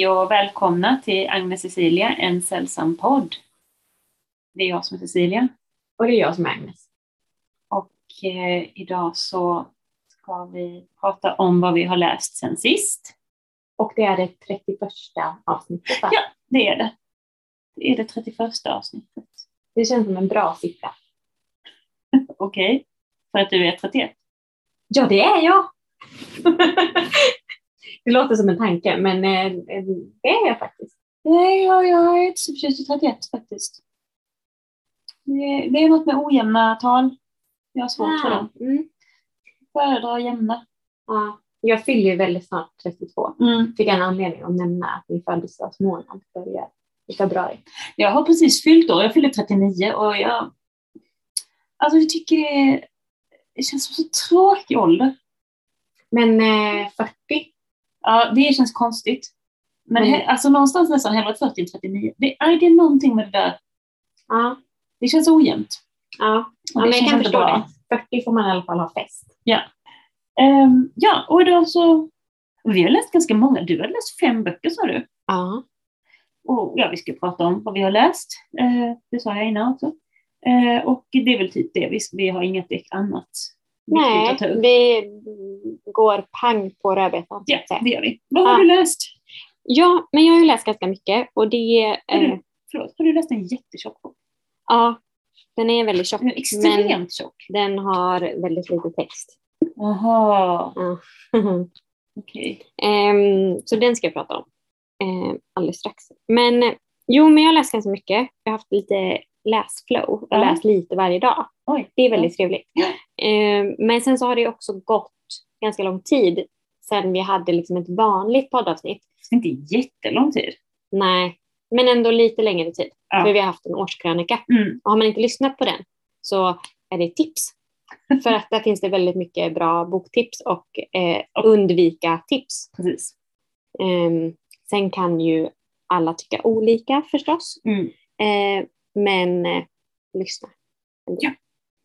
Hej och välkomna till Agnes Cecilia, en sällsam podd. Det är jag som är Cecilia. Och det är jag som är Agnes. Och idag så ska vi prata om vad vi har läst sen sist. Och det är det 31 avsnittet. Ja, det är det. Det är det 31 avsnittet. Det känns som en bra siffra. Okej, för att du är 31. Ja, det är jag. Det låter som en tanke, men det är jag faktiskt. Nej, jag är inte så förtjust i 31 faktiskt. Det är något med ojämna tal. Jag har svårt för dem. Föredrar jämna. Ja, jag fyller ju väldigt snart 32. Fick en anledning att nämna att min födelsedagsmånad börjar i februari. Jag har precis fyllt år. Jag fyller 39 och jag tycker det känns som så tråkig ålder. Men 40? Ja, det känns konstigt. Men alltså någonstans nästan hellre 40 än 39. Det är någonting med det där. Ja. Det känns ojämnt. Ja, men jag kan förstå det. 40 får man i alla fall ha fest. Ja. Ja, och idag så... Vi har läst ganska många. Du har läst 5 böcker, sa du. Ja. Och ja, vi ska prata om vad vi har läst. Det sa jag innan också. Och det är väl typ det. Vi har inget annat. Nej, vi går pang på rödbetan. Ja, det gör vi. Vad har du läst? Ja, men jag har ju läst ganska mycket. Och det har du läst en jättetjock bok? Ja, den är väldigt tjock. Extremt tjock. Den har väldigt lite text. Aha. Ja. Okej. Så den ska jag prata om alldeles strax. Men jag har läst ganska mycket. Jag har haft lite läsflow och läst lite varje dag. Oj. Det är väldigt trevligt. Men sen så har det också gått ganska lång tid sedan vi hade liksom ett vanligt poddavsnitt. Inte jättelång tid. Nej, men ändå lite längre tid. Ja. För vi har haft en årskrönika. Och har man inte lyssnat på den så är det tips. För att där finns det väldigt mycket bra boktips och undvika tips. Precis. Sen kan ju alla tycka olika förstås. Men lyssna. Ja.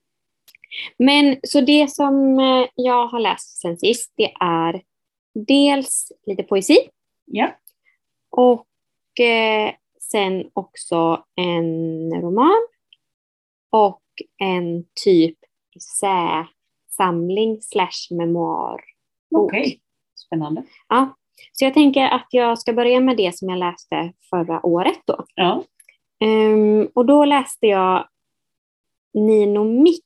Men så det som jag har läst sen sist, det är dels lite poesi. Ja. Och sen också en roman. Och en typ essäsamling / memoar. Okej, spännande. Ja, så jag tänker att jag ska börja med det som jag läste förra året då. Ja. Och då läste jag Nino Mix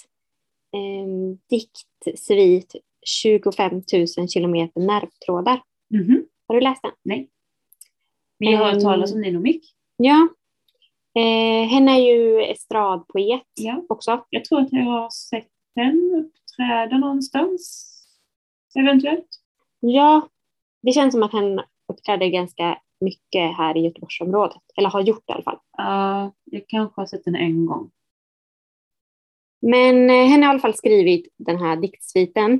diktsvit 25 000 kilometer nervtrådar. Har du läst den? Nej. Men jag har hört talas om Nino Mix. Ja. Henne är ju estradpoet också. Jag tror att jag har sett den uppträda någonstans. Eventuellt. Ja, det känns som att han uppträder ganska mycket här i Göteborgsområdet. Eller har gjort det i alla fall. Jag kanske har sett den en gång. Men henne har i alla fall skrivit den här diktsviten.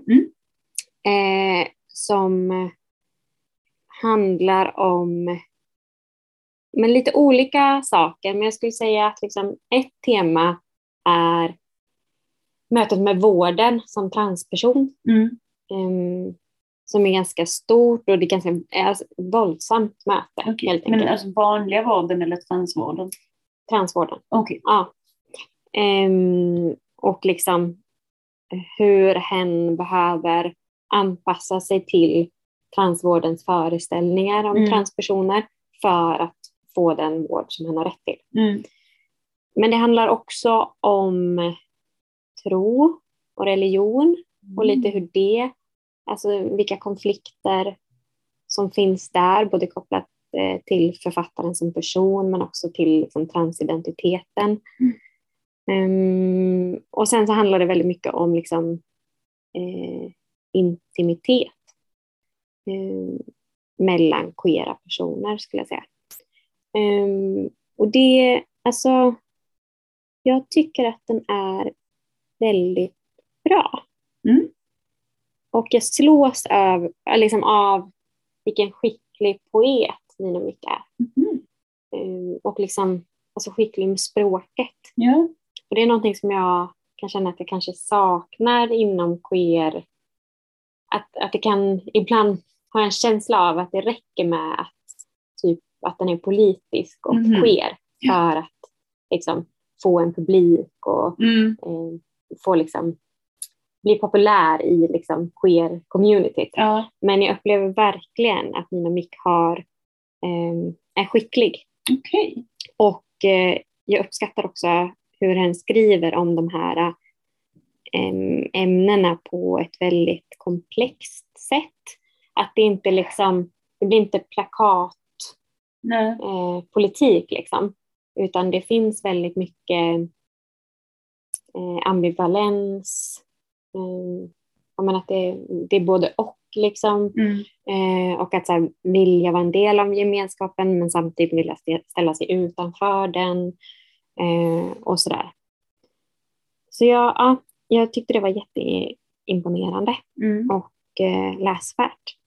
Som handlar om lite olika saker. Men jag skulle säga att liksom ett tema är mötet med vården som transperson. Som är ganska stort och det är ganska våldsamt möte. Okay. Helt men enkelt. alltså vanliga vården eller transvården? Transvården. Okej. Ja. Och liksom hur hen behöver anpassa sig till transvårdens föreställningar om transpersoner för att få den vård som hen har rätt till. Men det handlar också om tro och religion och lite hur det, alltså vilka konflikter som finns där, både kopplat till författaren som person men också till liksom, transidentiteten. Och sen så handlar det väldigt mycket om liksom, intimitet mellan queera personer skulle jag säga. Och det, alltså jag tycker att den är väldigt bra. Och jag slås av vilken skicklig poet Nino Mix är. Och liksom alltså skicklig med språket. Ja. Och det är någonting som jag kan känna att jag kanske saknar inom queer. Att det kan ibland ha en känsla av att det räcker med att typ att den är politisk och queer för att liksom få en publik och få liksom bli populär i liksom queer communityt. Ja. Men jag upplever verkligen att Nina Mick är skicklig. Okay. Och jag uppskattar också hur hen skriver om de här ämnena på ett väldigt komplext sätt. Att det inte liksom, det blir inte plakat politik liksom, utan det finns väldigt mycket ambivalens. Jag menar att det är både och liksom, och att så här, vilja vara en del av gemenskapen men samtidigt vilja ställa sig utanför den och sådär. Så jag tyckte det var jätteimponerande och läsvärt.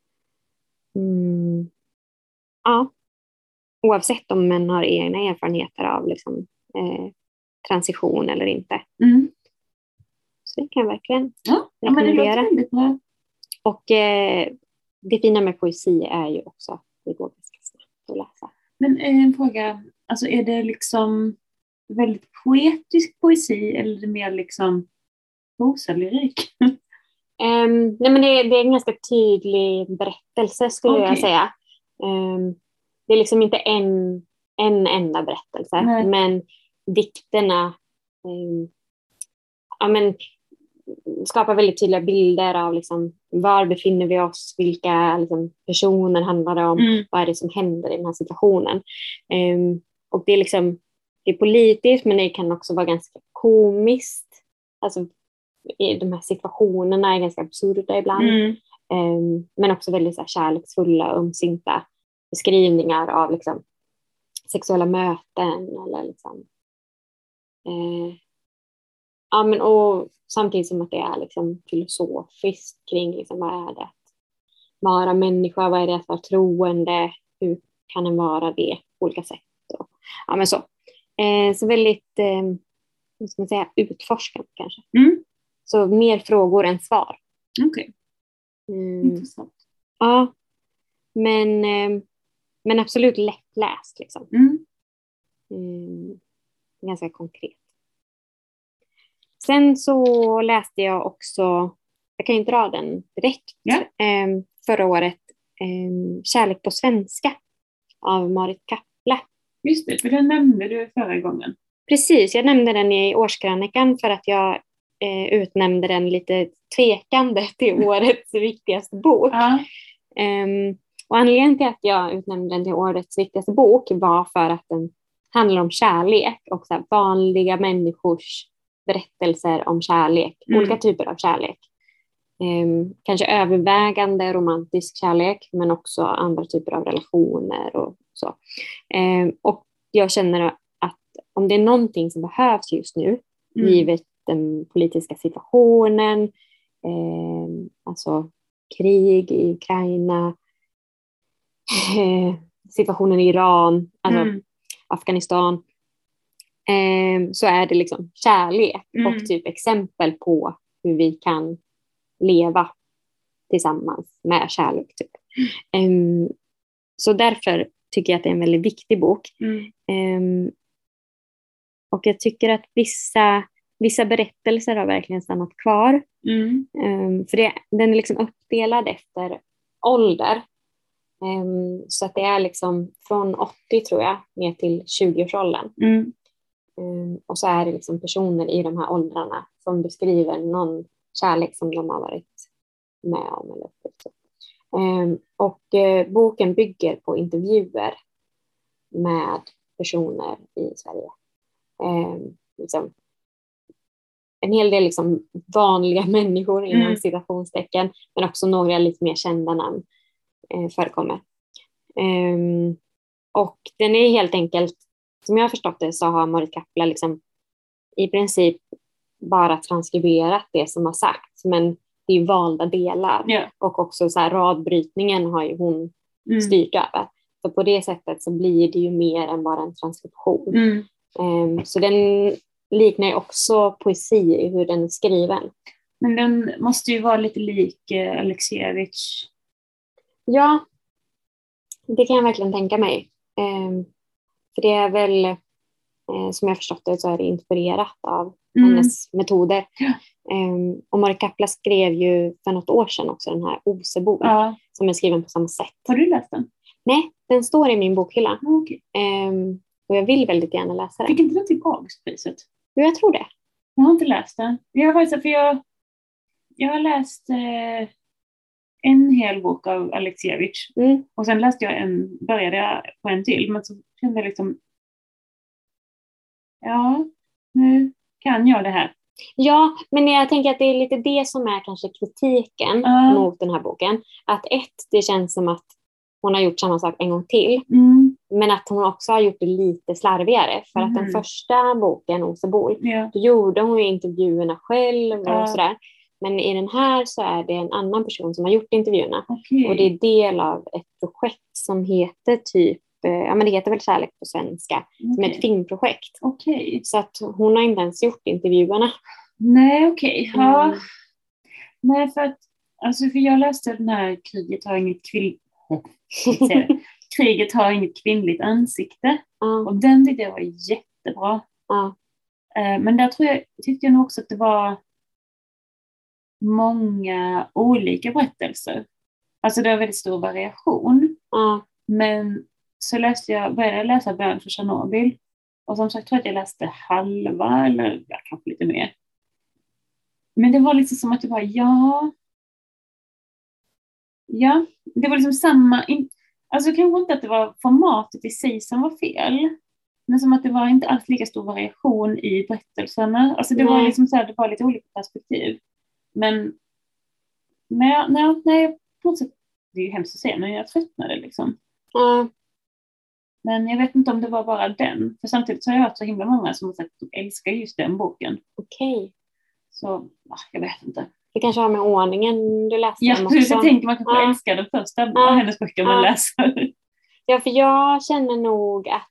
Ja, oavsett om man har egna erfarenheter av liksom, transition eller inte. Så det kan jag verkligen rekommendera. Men det låter bra. Och det fina med poesi är ju också att det går ganska snabbt att läsa. Men en fråga, alltså är det liksom väldigt poetisk poesi eller är det mer liksom prosalyrik? Nej men det är en ganska tydlig berättelse skulle jag säga. Det är liksom inte en enda berättelse. Nej. Men dikterna skapar väldigt tydliga bilder av liksom, var befinner vi oss, vilka liksom, personer handlar det om, vad är det som händer i den här situationen. Och det är liksom, det är politiskt men det kan också vara ganska komiskt. Alltså de här situationerna är ganska absurda ibland. Men också väldigt så här, kärleksfulla och ömsinta beskrivningar av liksom, sexuella möten eller liksom, och samtidigt som att det är liksom, filosofiskt kring liksom, vad är det att vara människa, vad är det att vara troende, hur kan den vara det på olika sätt och, så väldigt vad ska man säga, utforskande kanske. Så mer frågor än svar. Okej. Intressant. Ja. Men absolut lättläst liksom. Ganska konkret. Sen så läste jag också, jag kan ju dra den direkt, förra året, Kärlek på svenska av Marit Kapla. Just det, för den nämnde du förra gången. Precis, jag nämnde den i årskrönikan för att jag utnämnde den lite tvekande till årets viktigaste bok. Och anledningen till att jag utnämnde den till årets viktigaste bok var för att den handlar om kärlek och så här vanliga människors berättelser om kärlek, olika typer av kärlek. Kanske övervägande romantisk kärlek men också andra typer av relationer och så. Och jag känner att om det är någonting som behövs just nu, givet den politiska situationen, alltså krig i Ukraina, situationen i Iran, alltså Afghanistan, så är det liksom kärlek och typ exempel på hur vi kan leva tillsammans med kärlek typ. Så därför tycker jag att det är en väldigt viktig bok. Och jag tycker att vissa berättelser har verkligen stannat kvar. För den är liksom uppdelad efter ålder. Så att det är liksom från 80 tror jag ner till 20-årsåldern. Och så är det liksom personer i de här åldrarna som beskriver någon kärlek som de har varit med om. Eller så. Och boken bygger på intervjuer med personer i Sverige. Liksom, en hel del liksom vanliga människor inom citationstecken, men också några lite mer kända namn förekommer. Och den är helt enkelt, som jag har förstått det, så har Marit Kapla liksom i princip bara transkriberat det som har sagts, men det är valda delar. Och också så här, radbrytningen har ju hon styrt över. Så på det sättet så blir det ju mer än bara en transkription. Så den liknar ju också poesi i hur den är skriven. Men den måste ju vara lite lik Alexievich. Ja, Det kan jag verkligen tänka mig. För det är väl, som jag förstått det, så är det inspirerat av hennes metoder. Ja. Och Mari Kapla skrev ju för något år sedan också den här Osebol, som är skriven på samma sätt. Har du läst den? Nej, den står i min bokhylla. Okay. Och jag vill väldigt gärna läsa den. Fick inte den till Augustpriset? Jo, jag tror det. Jag har inte läst den. Jag har läst en hel bok av Alexievich. Och sen började jag på en till. Men så kände jag liksom, ja, nu kan jag det här. Ja, men jag tänker att det är lite det som är kanske kritiken mot den här boken. Att det känns som att hon har gjort samma sak en gång till. Men att hon också har gjort det lite slarvigare. För att den första boken, Osebol, då gjorde hon ju intervjuerna själv och sådär. Men i den här så är det en annan person som har gjort intervjuerna. Okay. Och det är del av ett projekt som heter typ, det heter väl Kärlek på svenska, som är ett filmprojekt. Okay. Så att hon har inte ens gjort intervjuerna. Nej, okej. Ja. Nej, för jag läste den här Kriget har inget kvinnligt ansikte. Och den tyckte jag var jättebra. Men där tyckte jag nog också att det var många olika berättelser. Alltså det var väldigt stor variation. Men så började jag läsa Bön för Tjernobyl. Och som sagt tror jag att jag läste halva eller kanske lite mer. Men det var liksom som att det var det var liksom samma. Alltså kanske inte att det var formatet i sig som var fel. Men som att det var inte alls lika stor variation i berättelserna. Alltså det var liksom så här, det var lite olika perspektiv. Men när jag på något sätt, det är ju hemskt att säga, men jag tröttnade liksom. Men jag vet inte om det var bara den. För samtidigt så har jag hört så himla många som har sagt att de älskar just den boken. Okej. Så, jag vet inte. Det kanske har med ordningen du läste dem också. Jag tänker man kanske älskar den första av hennes böcker man läser. Ja, för jag känner nog att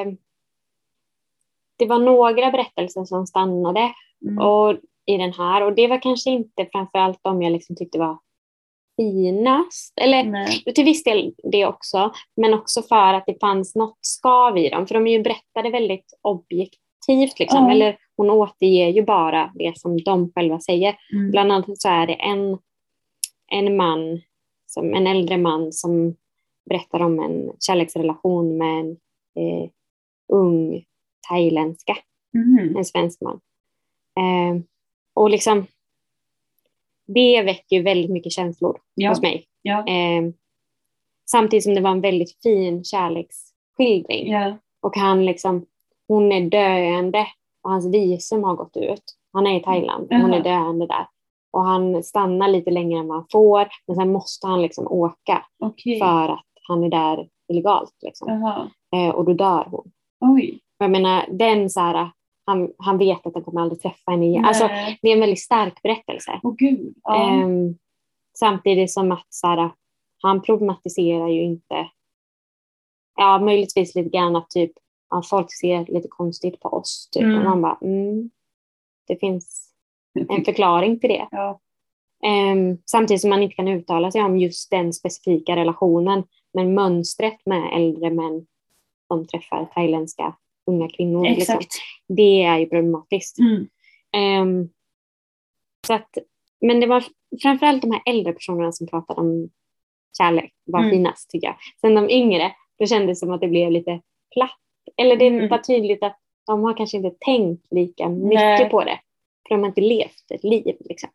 det var några berättelser som stannade och i den här. Och det var kanske inte framförallt de jag liksom tyckte var finast. Eller till viss del det också. Men också för att det fanns något skav i dem. För de berättade väldigt objektivt liksom. Eller hon återger ju bara det som de själva säger. Bland annat så är det en äldre man som berättar om en kärleksrelation med en ung thailändska. En svensk man. Och liksom det väcker ju väldigt mycket känslor hos mig. Samtidigt som det var en väldigt fin kärleksskildring. Och hon är döende och hans visum har gått ut. Han är i Thailand och hon är döende där. Och han stannar lite längre än vad han får. Men sen måste han liksom åka för att han är där illegalt. Liksom. Och då dör hon. Oj. Jag menar, den så här, han vet att han kommer aldrig träffa henne igen. Alltså, det är en väldigt stark berättelse. Gud. Samtidigt som att så här, han problematiserar ju inte. Möjligtvis lite grann att typ att folk ser lite konstigt på oss. Typ. Och man bara, det finns en förklaring till det. Samtidigt som man inte kan uttala sig om just den specifika relationen. Men mönstret med äldre män som träffar thailändska unga kvinnor. Liksom, det är ju problematiskt. Så att, men det var framförallt de här äldre personerna som pratade om kärlek var finast tycker jag. Sen de yngre, då kändes det som att det blev lite platt. Eller det var tydligt att de har kanske inte tänkt lika mycket på det. För de har inte levt ett liv. Liksom.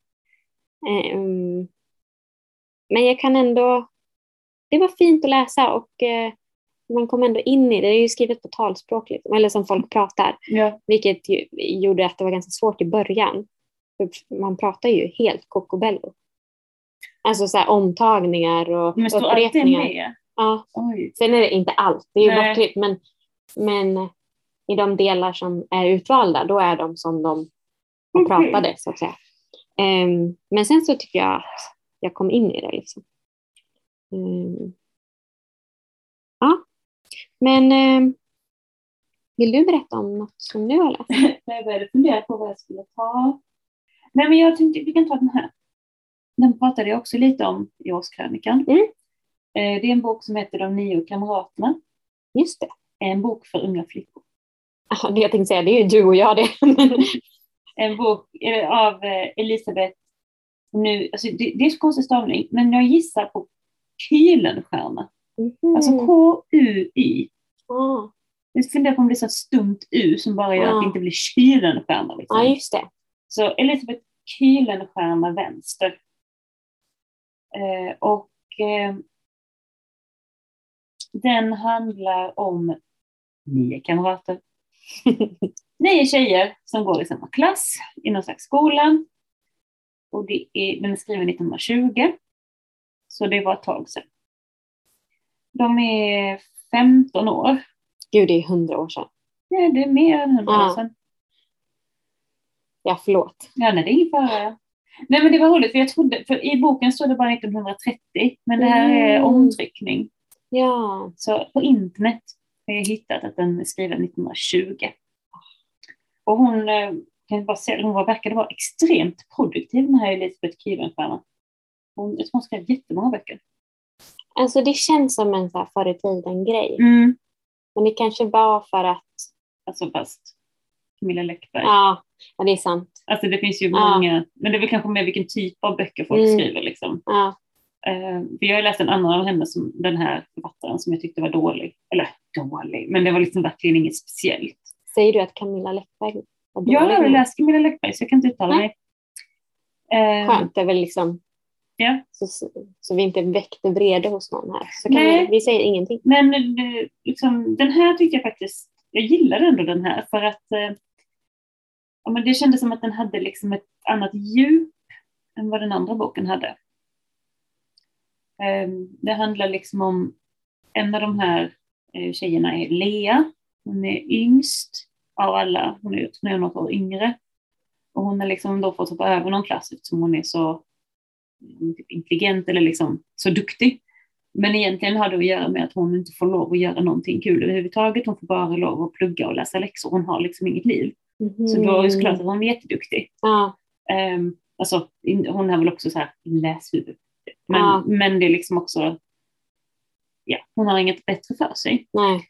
Men jag kan ändå... Det var fint att läsa och man kom ändå in i det. Det är ju skrivet på talspråk. Liksom, eller som folk pratar. Vilket gjorde att det var ganska svårt i början. För man pratar ju helt kokobello. Alltså så här, omtagningar och upprepningar. Ja. Sen är det inte allt. Det är ju bortklippt. Men i de delar som är utvalda, då är de som de pratade, så att säga. Men sen så tycker jag att jag kom in i det. Liksom. Ja. Men vill du berätta om något som du har läst? Jag började fundera på vad jag skulle ta. Nej, men jag tänkte vi kan ta den här. Den pratade jag också lite om i årskrönikan. Det är en bok som heter De 9 kamraterna. Just det. En bok för unga flickor. Ja, jag tänkte säga, det är ju du och jag det. En bok av Elisabeth. Nu, alltså det är så konstig stavning, men jag gissar på Kuylenstierna. Alltså K-U-Y. Jag funderar på om det är så stumt U som bara gör att det inte blir Kuylenstierna. Liksom. Ja, just det. Så Elisabeth Kuylenstierna vänster. Den handlar om 9 kamrater. 9 tjejer som går i samma klass i någon slags skola. Och den är skriven 1920. Så det var ett tag sedan. De är 15 år. Gud, det är 100 år sedan. Ja, det är mer än 100 år sedan. Ja, förlåt. Ja, nej, det är ingen fara. Nej, men det var roligt, för i boken står det bara 1930. Men det här är omtryckning. Ja. Så på internet har jag hittat att den är skriven 1920. Och hon verkade vara extremt produktiv, den här Elisabeth Kuylenstierna. Hon skrev jättemånga böcker. Alltså det känns som en så här förr i tiden grej. Men det kanske var för att... Alltså fast Camilla Läckberg. Ja, det är sant. Alltså det finns ju många, men det är väl kanske mer vilken typ av böcker folk skriver liksom. Ja. För jag har läst en annan av henne, som den här författaren som jag tyckte var dålig. Eller dålig, men det var liksom verkligen inget speciellt. Säger du att Camilla Läckberg var dålig? Jag har läst Camilla Läckberg så jag kan inte uttala mig. Skönt, det är väl liksom... Ja. Så vi inte väckte vrede hos någon här. Så kan vi säger ingenting. Men liksom, den här tycker jag faktiskt, jag gillar ändå den här för att men det kändes som att den hade liksom ett annat djup än vad den andra boken hade. Det handlar liksom om en av de här tjejerna är Lea. Hon är yngst av alla. Hon är något år yngre. Och hon har liksom då fått hoppa över någon klass eftersom hon är så intelligent eller liksom så duktig. Men egentligen har det att göra med att hon inte får lov att göra någonting kul överhuvudtaget. Hon får bara lov att plugga och läsa läxor. Hon har liksom inget liv. Så då är det klart att hon är jätteduktig. Alltså, hon har väl också så här läshuvud. Men det är liksom också, hon har inget bättre för sig. Nej.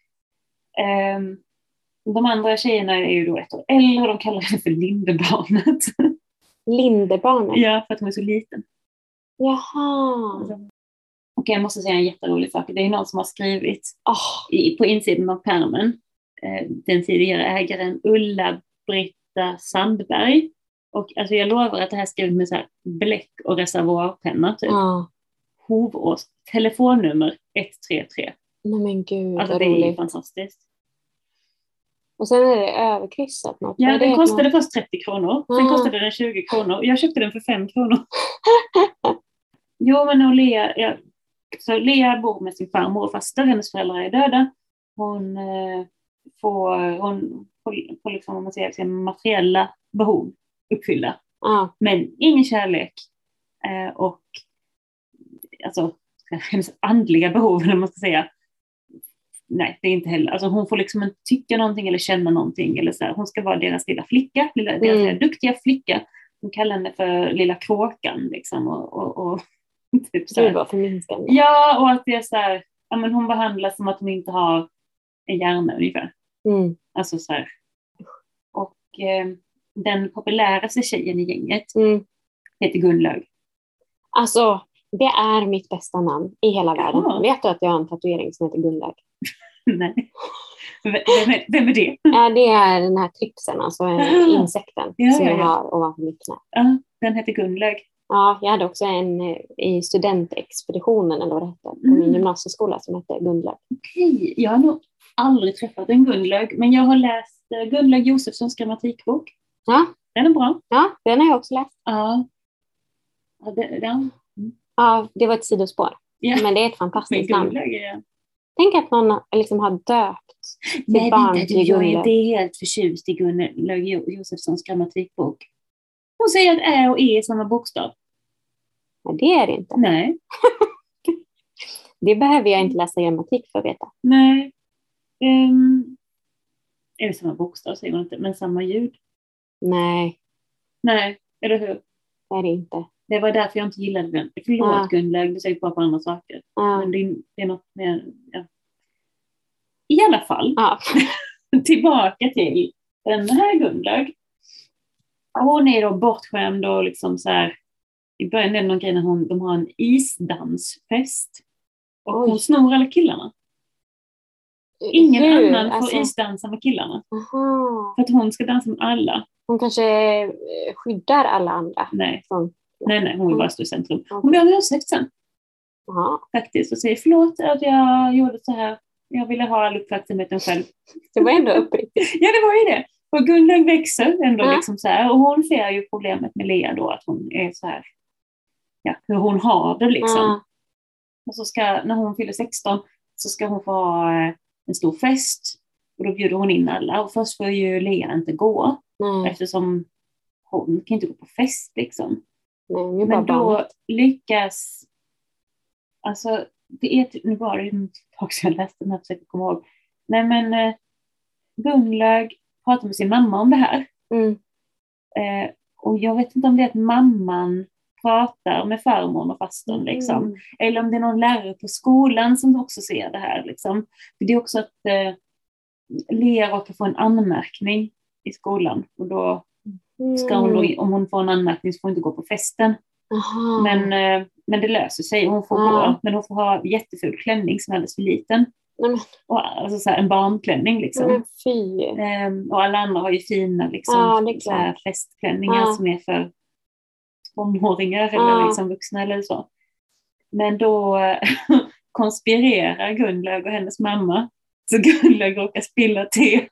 De andra tjejerna är ju då 1 år äldre och de kallar henne för Lindebarnet. Lindebarnet? Ja, för att hon är så liten. Jaha. Och jag måste säga en jätterolig sak. Det är någon som har skrivit på insidan av pärmen. Den tidigare ägaren Ulla-Britta Sandberg. Och alltså jag lovar att det här skrivs med så här bläck och reservoarpenna. Typ. Hovås. Telefonnummer 133. Nej men gud, alltså det är fantastiskt. Och sen är det överkryssat något. Ja, den kostade först 30 kronor. Sen kostade den 20 kronor. Jag köpte den för 5 kronor. Jo, men och så Lea bor med sin farmor och faster. Hennes föräldrar är döda. Hon får liksom, om man säger, sina materiella behov uppfyllda. Men ingen kärlek. Och alltså hennes andliga behov, eller man ska säga. Nej, det är inte heller. Alltså hon får liksom inte tycka någonting eller känna någonting. Eller så här. Hon ska vara deras lilla flicka. Deras duktiga flicka. Hon kallar henne för lilla kråkan. Liksom, och typ så här. Det var förminskande. Ja, och att det är så här. Ja, men hon behandlas som att hon inte har en hjärna ungefär. Alltså så här. Och den populäraste tjejen i gänget heter Gunnlaug. Alltså, det är mitt bästa namn i hela världen. Vet du att jag har en tatuering som heter Gunnlaug? Nej. Vem är det? Ja, det är den här tripsen, alltså insekten som jag har ovanför mitt knä. Ja, den heter Gunnlaug. Ja, jag hade också en i studentexpeditionen eller vad det hette, på min gymnasieskola som hette Gunnlaug. Okej, jag har nog aldrig träffat en Gunnlaug, men jag har läst Gunnlaug Josefssons grammatikbok. Ja. Den är bra. Ja, den har jag också läst. Ja. Ja, det var ett sidospår. Ja. Men det är ett fantastiskt namn. Tänk att någon liksom har döpt sitt barn till Gunnlaug. Jag är inte helt förtjust i Gunnlaug Josefssons grammatikbok. Hon säger att ä och e är samma bokstav. Ja, det är det inte. Nej. Det behöver jag inte läsa grammatik för att veta. Nej. Är det samma bokstav säger man inte, men samma ljud? Nej. Nej, eller hur? Det är det inte. Det var därför jag inte gillade den. Förlåt Gunnlaug, du säger bara på andra saker. Men det är något mer... Ja. I alla fall, tillbaka till den här Gunnlaug. Hon är då bortskämd och liksom så här... I början är det någon grej när de har en isdansfest. Och hon snor alla killarna. Ingen annan får isdansa med killarna. För att hon ska dansa med alla. Hon kanske skyddar alla andra. Nej, hon vill bara stå i centrum. Hon ber om ursäkt sen. Faktiskt. Och säger förlåt att jag gjorde så här. Jag ville ha all uppmärksamheten själv. Det var ändå uppriktigt. Ja, det var ju det. Och Gunnlaug växer ändå liksom så här. Och hon ser ju problemet med Lea då. Att hon är så här. Ja, hur hon har det liksom. Och så när hon fyller 16 så ska hon få ha en stor fest. Och då bjuder hon in alla. Och först får ju Lea inte gå. Eftersom hon kan inte gå på fest liksom. Nej, men då lyckas... Alltså, det är... Nu var det ju också jag läste den här försöker komma ihåg. Nej, men Gunnlaug pratar med sin mamma om det här. Och jag vet inte om det är att mamman pratar med farmor och fastern liksom. Eller om det är någon lärare på skolan som också ser det här liksom. För det är också att Lea råkar få en anmärkning i skolan. Och då ska hon då, om hon får en anmärkning så får hon inte gå på festen. Men det löser sig. Hon får gå, men hon får ha jätteful klänning som är alldeles för liten. Och, alltså så här, en barnklänning liksom. Och alla andra har ju fina liksom, så här, festklänningar som är för tonåringar eller liksom vuxna eller så. Men då konspirerar Gunnlaug och hennes mamma. Så Gunnlaug råkar spilla te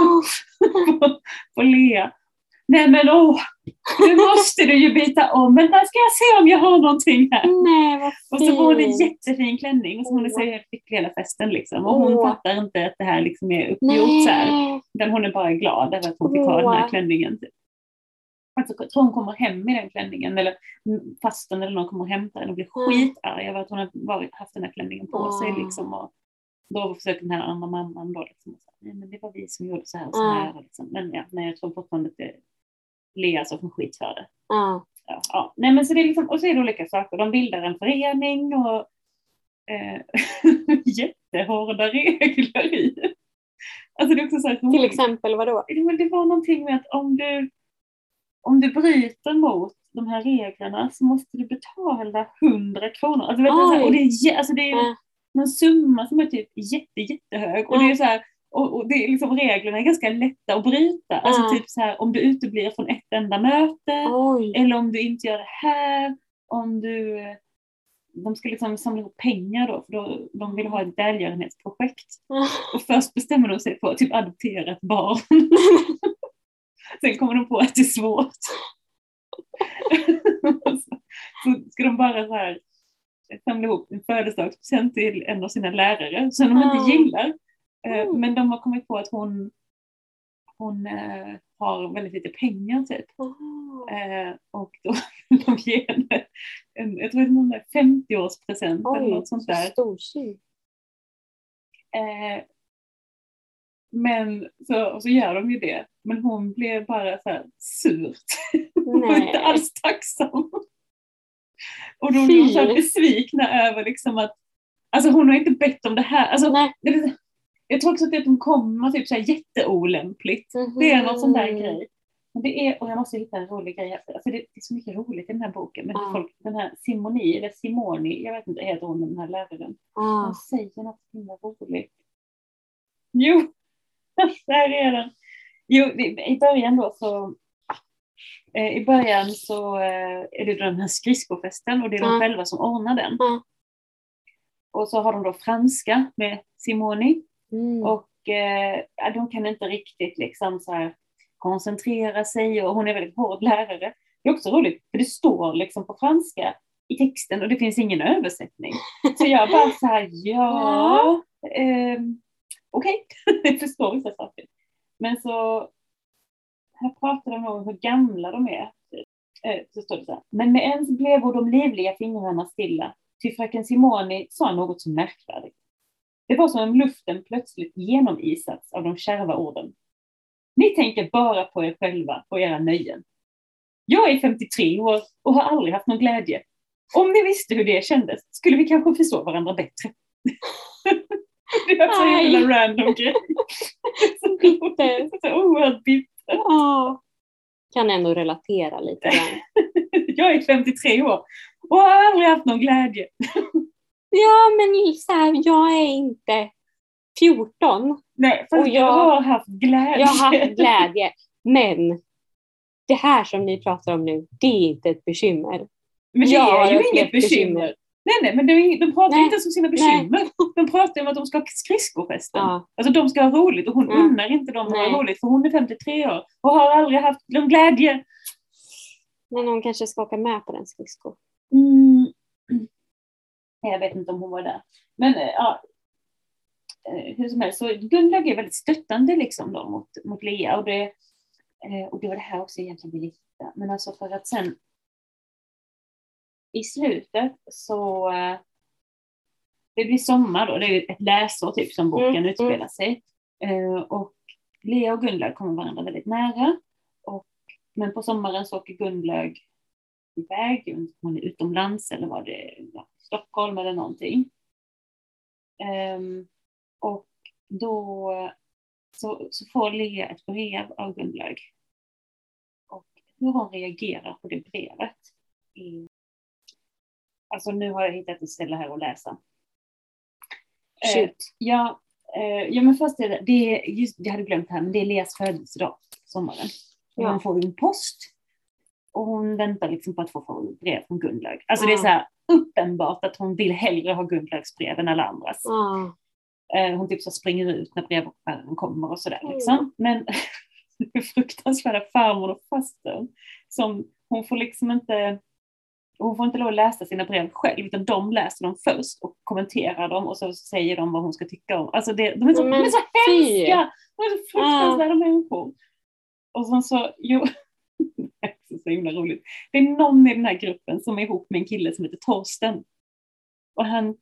på Lea. Nej men nu måste du ju byta om. Men där ska jag se om jag har någonting här. Nej, vad fint. Och så får hon en jättefin klänning. Och så hon är så helt lycklig hela festen liksom. Och hon fattar inte att det här liksom är uppgjort så här. Utan hon är bara glad över att hon fick ha den här klänningen. Alltså, jag tror hon kommer hem i den klänningen. Eller fasten eller någon kommer och hämtar den och blir skitarg över att hon har haft den här klänningen på sig liksom. Och då försöker den här andra mamman då liksom. Nej men det var vi som gjorde så här och så här. Liksom. Men jag tror fortfarande att det Lea som får skit för det. Nej men så det är liksom, och så är det olika saker. De bildar en förening och jättehårda regler i. Alltså det är också så här, till exempel vadå? Det var någonting med att om du bryter mot de här reglerna så måste du betala 100 kronor. Alltså, vet du, och det är någon summa som är typ jättehög. Och det är så här, och det är liksom, reglerna är ganska lätta att bryta. Alltså typ så här, om du uteblir från ett enda möte. Eller om du inte gör det här. De ska liksom samla ihop pengar då. För de vill ha ett välgörenhetsprojekt. Och först bestämmer de sig för att typ adoptera ett barn. Sen kommer de på att det är svårt. Så ska de bara så här samla ihop en födelsedagspresent till en av sina lärare som de inte gillar. Men de har kommit på att hon har väldigt lite pengar typ. Och då de ger henne jag tror det är en 50-årspresent eller något sånt där. Men så gör de ju det. Men hon blev bara så här surt. Hon var inte alls tacksam. Och då blev hon så här besvikna över liksom att alltså hon har inte bett om det här. Alltså, jag tror också att de kommer typ så här jätteolämpligt. Det är någon sån där grej. Men det är, och jag måste hitta en rolig grej här. Alltså det är så mycket roligt i den här boken. Men folk, den här Simoni, jag vet inte, heter hon den här läraren. Hon säger något himla roligt. Jo, där är den. Jo, i början så är det den här skridskofesten och det är de själva som ordnar den. Och så har de då franska med Simoni. Och de kan inte riktigt liksom så här koncentrera sig och hon är väldigt hård lärare. Det är också roligt för det står liksom på franska i texten och det finns ingen översättning. Så jag bara så här, okej, jag förstår vissa saker. Men så här pratar de om hur gamla de är. Så står det så här. Men med ens blev de livliga fingrarna stilla. Till fröken Simoni sa något så märkvärdigt. Det var som om luften plötsligt genomisats av de kärva orden. Ni tänker bara på er själva och era nöjen. Jag är 53 år och har aldrig haft någon glädje. Om ni visste hur det kändes skulle vi kanske förstå varandra bättre. Det är så himla random grej. Bitter. Så oerhört bitter. Ja. Kan ändå relatera lite grann. Jag är 53 år och har aldrig haft någon glädje. Ja, men så här, jag är inte 14. Nej, för jag har haft glädje. Jag har haft glädje. Men det här som ni pratar om nu, det är inte ett bekymmer. Men det är ju inget bekymmer. Nej, men de pratar inte ens om sina bekymmer. Nej. De pratar om att de ska ha skridskofesten. Ja. Alltså de ska ha roligt och hon unnar inte dem att ha roligt för hon är 53 år och har aldrig haft någon glädje. Men hon kanske ska åka med på den skridsko. Jag vet inte om hon var där. Men ja, hur som helst så Gunlag är väldigt stöttande liksom då mot Lea och det var det här också egentligen vi hitta. Men alltså för att sen i slutet så det blir sommar då, det är ett läsår typ som boken utspelar sig. Och Lea och Gunlag kommer varandra väldigt nära. Men på sommaren så åker Gunlag iväg, hon är utomlands eller var det Stockholm eller någonting. Och då så får Lea ett brev av Gunlag. Och hur hon reagerar på det brevet. Alltså nu har jag hittat ett ställe här att läsa. Ja, men först är det just, jag hade glömt här, men det är Leas födelsedag sommaren. Ja. Hon får en post och hon väntar liksom på att få brev från Gunlag. Alltså det är så här uppenbart att hon vill hellre ha Gunlags brev än alla andras. Hon typ så springer ut när brevbäraren kommer och sådär liksom. Men det är fruktansvärda farmor och faster som hon får liksom inte. Hon får inte lov att läsa sina brev själv utan de läser dem först och kommenterar dem och så säger de vad hon ska tycka om. Alltså de är så hemska! De är så fruktansvärda människor. Och så det är så himla roligt. Det är någon i den här gruppen som är ihop med en kille som heter Torsten. Och han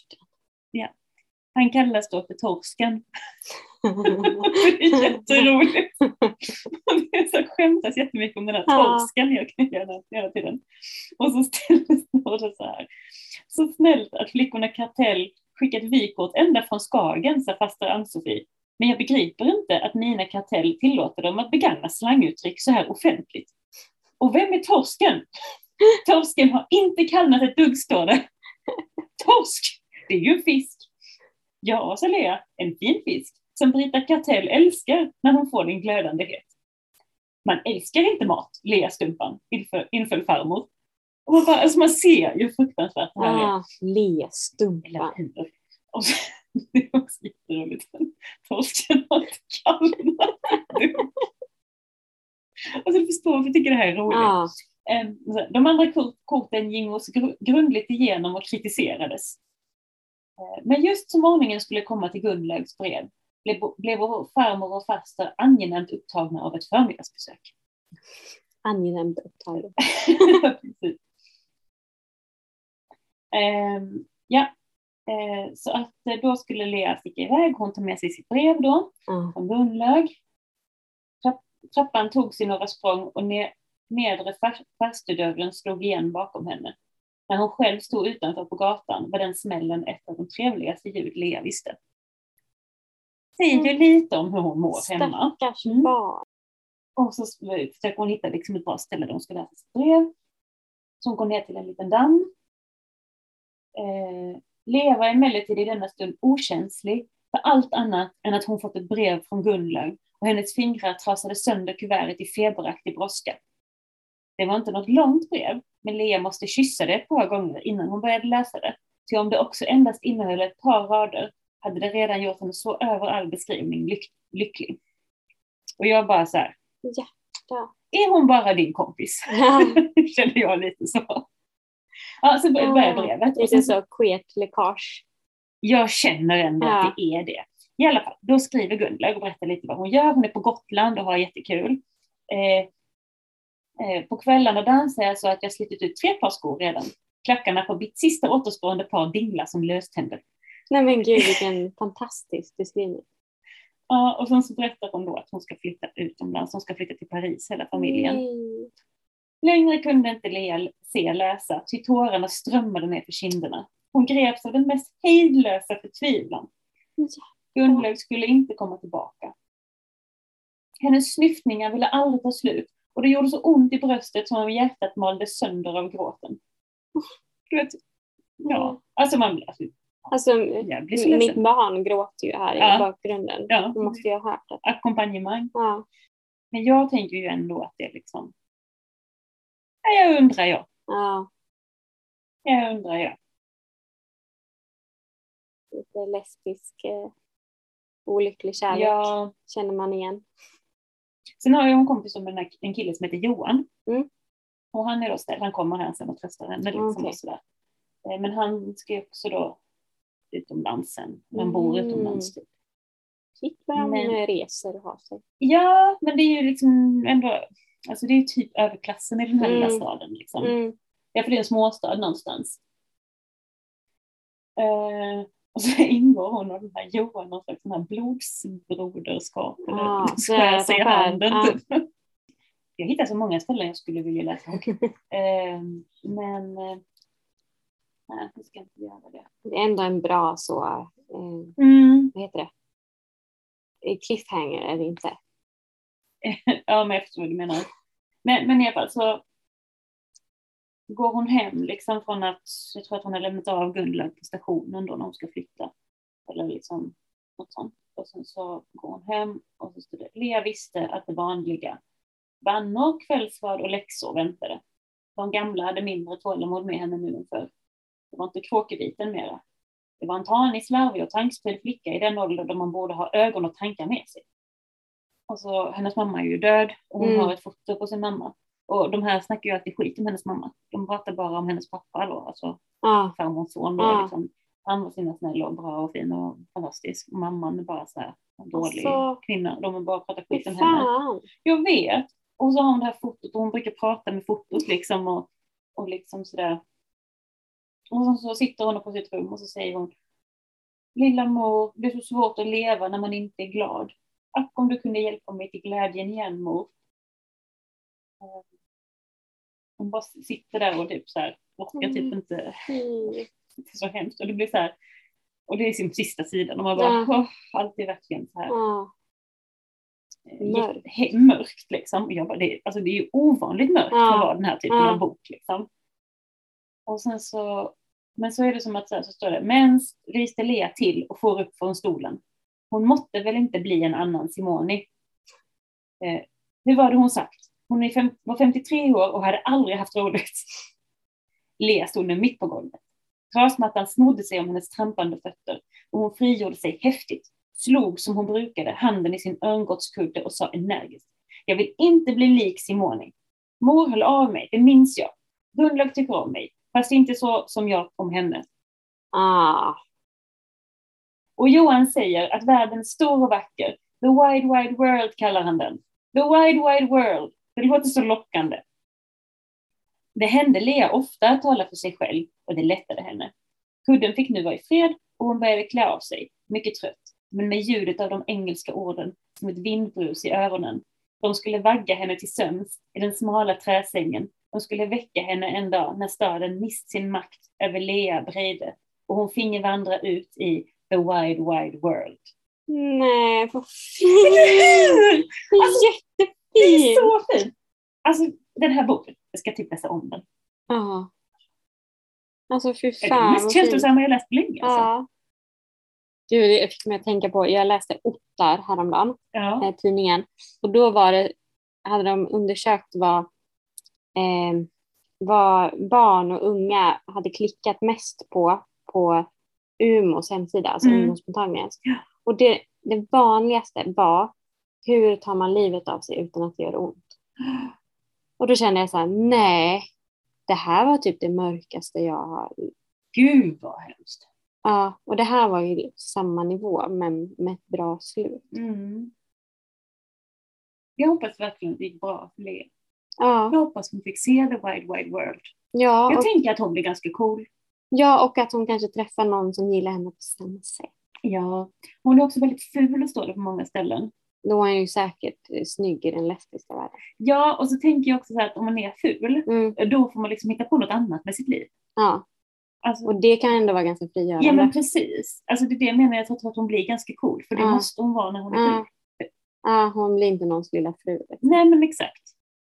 kallas då för Torsken. Det är jätteroligt. Det är så skämtas jättemycket om den här Torsken jag kan göra hela tiden. Och så står det så här. Så snällt att flickorna Kartell skickat vykort ända från Skagen, sa faster Ann-Sofie. Men jag begriper inte att Nina Kartell tillåter dem att begagna slanguttryck så här offentligt. Och vem är Torsken? Torsken har inte kallat ett dugg, står det. Torsk, det är ju en fisk. Ja, sa Lea, en fin fisk som Brita Kartell älskar när hon får din glödande het. Man älskar inte mat, Lea Stumpan, inföll farmor. Och man ser ju fruktansvärt det här är. Lea Stumpan. Och så, det är också jätteroligt. Torsken har inte kallat. Alltså du förstår varför jag tycker det här är roligt. De andra korten gick oss grundligt igenom och kritiserades. Men just som ordningen skulle komma till Gunlags brev blev vår farmor och faster angenämt upptagna av ett förmiddagsbesök. Angenämt upptagna. Precis. Så att då skulle Lea sticka iväg. Hon tar med sig sitt brev då från Gunlag. Trappan tog sig några språng och nedre farstudörren slog igen bakom henne. När hon själv stod utanför på gatan var den smällen ett av de trevligaste ljud Lea visste. Säger lite om hur hon mår hemma. Stackars barn. Och så försöker hon hitta liksom ett bra ställe där hon ska läsa sitt brev. Så hon går ner till en liten damm. Lea var emellertid i denna stund okänslig för allt annat än att hon fått ett brev från Gunlag och hennes fingrar trasade sönder kuvertet i feberaktig brådska. Det var inte något långt brev, men Lea måste kyssa det ett par gånger innan hon började läsa det. Till om det också endast innehöll ett par rader hade det redan gjort henne så över all beskrivning lycklig. Och jag bara så här. Hjärta. Är hon bara din kompis? Kände jag lite så. Ja, så börjar brevet. Det är så queert läckage. Jag känner ändå att det är det. I alla fall, då skriver Gunlag och berättar lite vad hon gör. Hon är på Gotland och har jättekul. På kvällarna dansar jag så att jag slitit ut 3 par skor redan. Klackarna på mitt sista återstående par dinglar som löständer. Nej men gud, vilken fantastisk beskrivning. Ja, och sen så berättar hon då att hon ska flytta utomlands. Hon ska flytta till Paris, hela familjen. Längre kunde inte Lea se läsa, ty tårarna strömmade ner för kinderna. Hon greps av den mest hejdlösa förtvivlan. Gunnlaug skulle inte komma tillbaka. Hennes snyftningar ville aldrig ta slut, och det gjorde så ont i bröstet som om hjärtat malde sönder av gråten. Du vet, ja, alltså man Alltså, mitt barn gråter ju här i bakgrunden. Ja. Det måste jag ha hört det. Ackompanjemang. Ja. Men jag tänker ju ändå att det är liksom... Ja, jag undrar jag. Ja. Jag undrar jag. Lite lesbisk, olycklig kärlek. Ja. Känner man igen. Sen har jag en kompis med en kille som heter Johan. Mm. Och han är då snäll. Han kommer här sen och tröstar henne. Liksom, och sådär. Men han ska ju också då utomlands sen. Han bor utomlands typ. Shit vad de reser och har sig. Ja, men det är ju liksom ändå... Alltså det är ju typ överklassen i den här lilla staden. Liksom. Ja, för det är en småstad någonstans. Och så ingår hon och den här Johan någon slags sån här blodsbroderskap. Eller så jag säger handen typ. Jag hittar så många ställen jag skulle vilja läsa. Men nej, jag ska inte göra det. Det är ändå en bra så... Vad heter det? Cliffhanger är det inte. Ja, men jag förstår vad du menar. Men i alla fall så går hon hem liksom från att, jag tror att hon har lämnat av Gunnlaug på stationen då när hon ska flytta. Eller liksom något sånt. Och sen så går hon hem och så står det, Lea visste att det vanliga vannor, kvällsvad och läxor väntade. De gamla hade mindre tålamod med henne nu än förr. Det var inte kråkebiten mera. Det var en tanig, slarvig och tankspridd flicka i den ålder då man borde ha ögon och tankar med sig. Och så, hennes mamma är ju död och hon har ett foto på sin mamma. Och de här snackar ju alltid skit om hennes mamma. De pratar bara om hennes pappa då, alltså farmors son då. Liksom. Han var så snäll och bra och fin och fantastisk. Och mamman är bara så här en dålig kvinna. De är bara pratar skit om henne. Jag vet. Och så har hon det här fotot och hon brukar prata med fotot liksom och liksom sådär. Och så sitter hon på sitt rum och så säger hon, lilla mor, det är så svårt att leva när man inte är glad. Ack om du kunde hjälpa mig till glädjen igen, mor. Hon bara sitter där och typ så här, orkar typ inte. Det är så hemskt. Och det blir så här, och det är sin sista sidan och man bara, allt är verkligen så här. Mörkt liksom. Och jag bara, det är ju ovanligt mörkt för att vara den här typen av bok liksom. Och sen så, men så är det som att så står det, men ryste Lea till och får upp från stolen. Hon måtte väl inte bli en annan Simone. Hur var det hon sagt? Hon var 53 år och hade aldrig haft roligt. Lea stod nu mitt på golvet. Trasmattan snodde sig om hennes trampande fötter och hon frigjorde sig häftigt. Slog som hon brukade handen i sin örngottskudde och sa energiskt. Jag vill inte bli lik Simone. Mor höll av mig, det minns jag. Gunnlaug tycker om mig, fast inte så som jag om henne. Och Johan säger att världen är stor och vacker. The wide, wide world kallar han den. The wide, wide world. Det låter så lockande. Det hände Lea ofta att tala för sig själv och det lättade henne. Kudden fick nu vara i fred och hon började klä av sig, mycket trött, men med ljudet av de engelska orden som ett vindbrus i öronen. De skulle vagga henne till sömns i den smala träsängen. De skulle väcka henne en dag när staden mist sin makt över Lea Brede och hon finge vandra ut i the wide, wide world. Nej, vad fint! Alltså, jättefint! Det är så fint! Alltså, den här boken, jag ska typ läsa om den. Ja. Alltså, fy fan. Det är det mest känslosamma jag läst på länge. Alltså. Gud, jag fick mig att tänka på, jag läste Ottar häromdagen, tidningen. Och då hade de undersökt vad barn och unga hade klickat mest på Umos hemsida, alltså Umos Spontangrens. Ja. Och det vanligaste var, hur tar man livet av sig utan att det gör ont? Och då kände jag så här, nej, det här var typ det mörkaste jag har. Gud vad hemskt. Ja, och det här var ju samma nivå, men med ett bra slut. Jag hoppas verkligen att det gick bra för Lea. Ja. Jag hoppas hon fick se the wide, wide world. Ja, jag tänker att hon blir ganska cool. Ja, och att hon kanske träffar någon som gillar henne på samma sätt. Ja, hon är också väldigt ful, står det på många ställen. Då är han ju säkert snygg i den lesbiska världen. Ja, och så tänker jag också så här att om man är ful, då får man liksom hitta på något annat med sitt liv. Ja. Alltså, och det kan ändå vara ganska frigörande. Ja, men precis. Alltså det är det jag menar, jag tror att hon blir ganska cool, för det måste hon vara när hon är ful. Ja, hon blir inte någons lilla fru. Liksom. Nej, men exakt.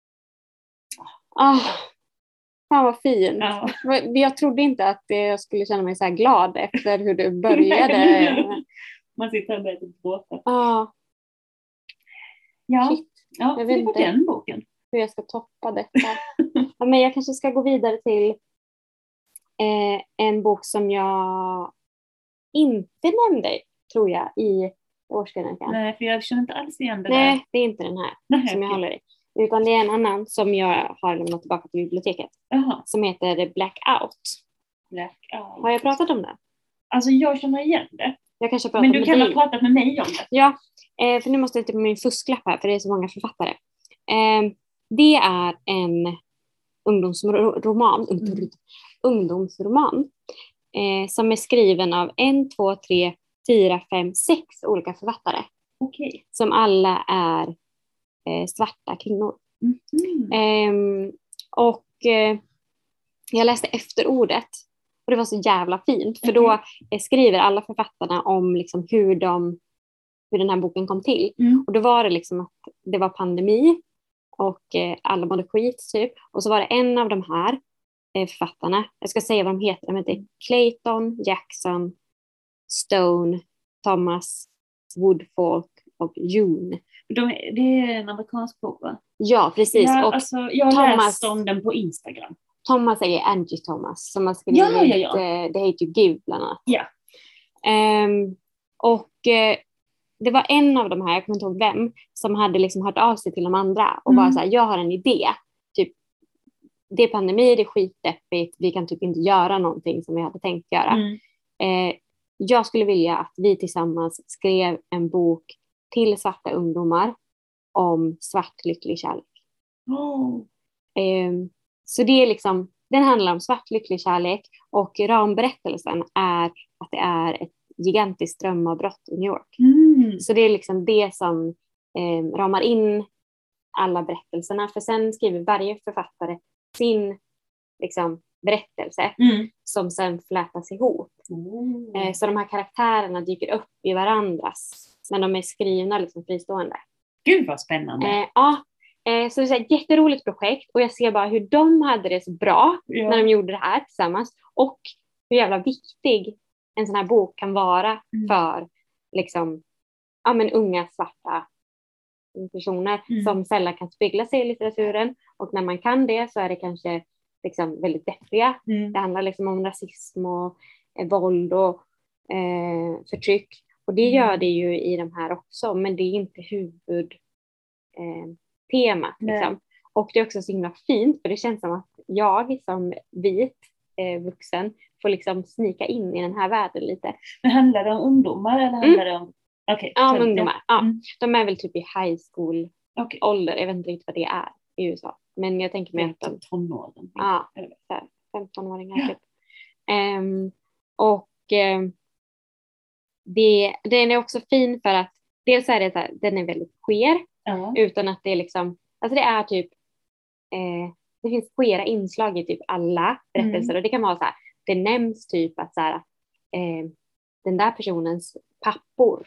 Fan vad fint. Ja. Jag trodde inte att jag skulle känna mig så här glad efter hur det började. Man sitter och börjar gråta. Ja, jag vet inte den boken. Hur jag ska toppa detta. Men jag kanske ska gå vidare till en bok som jag inte nämnde, tror jag, i årskrönikan. Nej, för jag känner inte alls igen det. Nej, där. det är inte den här som jag håller i. Utan det är en annan som jag har lämnat tillbaka till biblioteket. Som heter Blackout. Har jag pratat om det? Alltså jag känner igen det. Jag kanske men du kan ha pratat med mig om det. Ja, för nu måste jag ta min fusklapp här, för det är så många författare. Det är en ungdomsroman som är skriven av 1, 2, 3, 4, 5, 6 olika författare. Okay. Som alla är svarta kvinnor. Och jag läste efterordet och det var så jävla fint, för då skriver alla författarna om liksom hur den här boken kom till. Och då var det liksom att det var pandemi och alla mådde skit typ. Och så var det en av de här författarna, jag ska säga vad de heter, de heter Clayton, Jackson, Stone, Thomas, Woodfolk och June. Det är en amerikansk bok, va? Ja, precis. Ja, och alltså, jag har läst om den på Instagram. Thomas är Angie Thomas som har skrivit The Hate You Give bland annat. Ja. Det var en av de här, jag kommer inte ihåg vem, som hade liksom hört av sig till de andra och bara så här, jag har en idé. Typ, det är pandemi, det är skitdeppigt, vi kan typ inte göra någonting som vi hade tänkt göra. Jag skulle vilja att vi tillsammans skrev en bok till svarta ungdomar om svart lycklig kärlek. Så det är liksom, den handlar om svart lycklig kärlek, och ramberättelsen är att det är ett gigantiskt strömavbrott i New York. Så det är liksom det som ramar in alla berättelserna, för sen skriver varje författare sin liksom berättelse som sen flätas ihop. Så de här karaktärerna dyker upp i varandras, men de är skrivna liksom fristående. Gud vad spännande. Så det är ett jätteroligt projekt, och jag ser bara hur de hade det så bra när de gjorde det här tillsammans, och hur jävla viktig en sån här bok kan vara för liksom, unga svarta personer som sällan kan spegla sig i litteraturen, och när man kan det så är det kanske liksom väldigt deppiga. Det handlar liksom om rasism och våld och förtryck, och det gör det ju i de här också, men det är inte huvudtemat liksom. Och det är också så himla fint, för det känns som att jag som vit vuxen får liksom snika in i den här världen lite. Men handlar det om ungdomar eller handlar det om... Ja, om ungdomar. De är väl typ i high school ålder. Jag vet inte riktigt vad det är i USA. Men jag tänker mig att de... tonåren. Ja, 15-åringar typ. Den är också fin för att dels är det så här, den är väldigt queer. Utan att det är liksom... Alltså det är typ... det finns queera inslag i typ alla berättelser. Och det kan vara så här... Det nämns typ att så här, den där personens pappor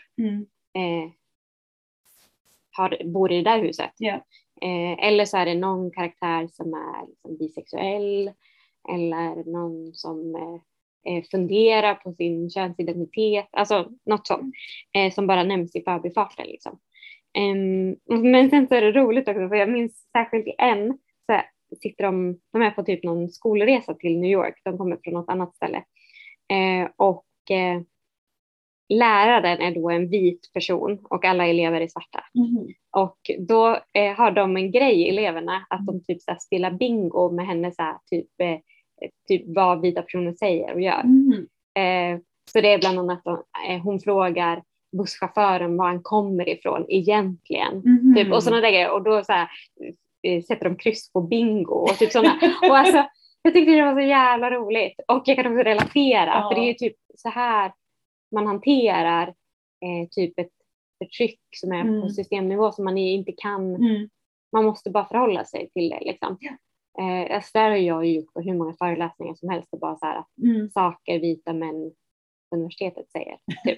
bor i det där huset. Eller så är det någon karaktär som är liksom bisexuell, eller någon som funderar på sin könsidentitet, alltså något sånt som bara nämns i förbifarten liksom. Men sen så är det roligt också, för jag minns särskilt i en så sitter de är på typ någon skolresa till New York, de kommer från något annat ställe, och läraren är då en vit person och alla elever är svarta. Och då har de en grej, eleverna, att de typ så här spelar bingo med henne, så här, typ vad vita personer säger och gör. Så det är bland annat att hon frågar busschauffören var han kommer ifrån egentligen. Typ, och sådana där grejer. Och då så här, sätter de kryss på bingo och typ sådana. Och alltså, jag tyckte det var så jävla roligt. Och jag kan också relatera. För det är typ så här man hanterar typ ett förtryck som är på systemnivå som man inte kan, man måste bara förhålla sig till det liksom. Alltså där har jag ju gjort på hur många föreläsningar som helst och bara så här saker vita män på universitetet säger typ.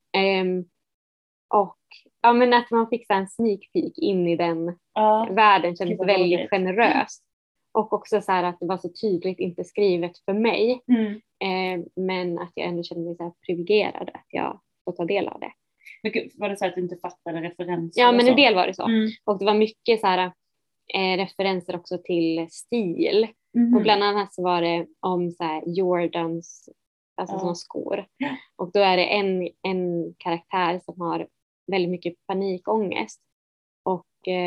Och ja, men att man fick en sneak peek in i den världen kändes väldigt generöst. Och också så här att det var så tydligt inte skrivet för mig. Men att jag ändå kände mig så här privilegierad att jag får ta del av det. Men gud, var det så att du inte fattade referenser? Ja, men en del var det så. Och det var mycket så här referenser också till stil. Och bland annat så var det om så här Jordans, alltså såna skor. Och då är det en karaktär som har väldigt mycket panikångest. Och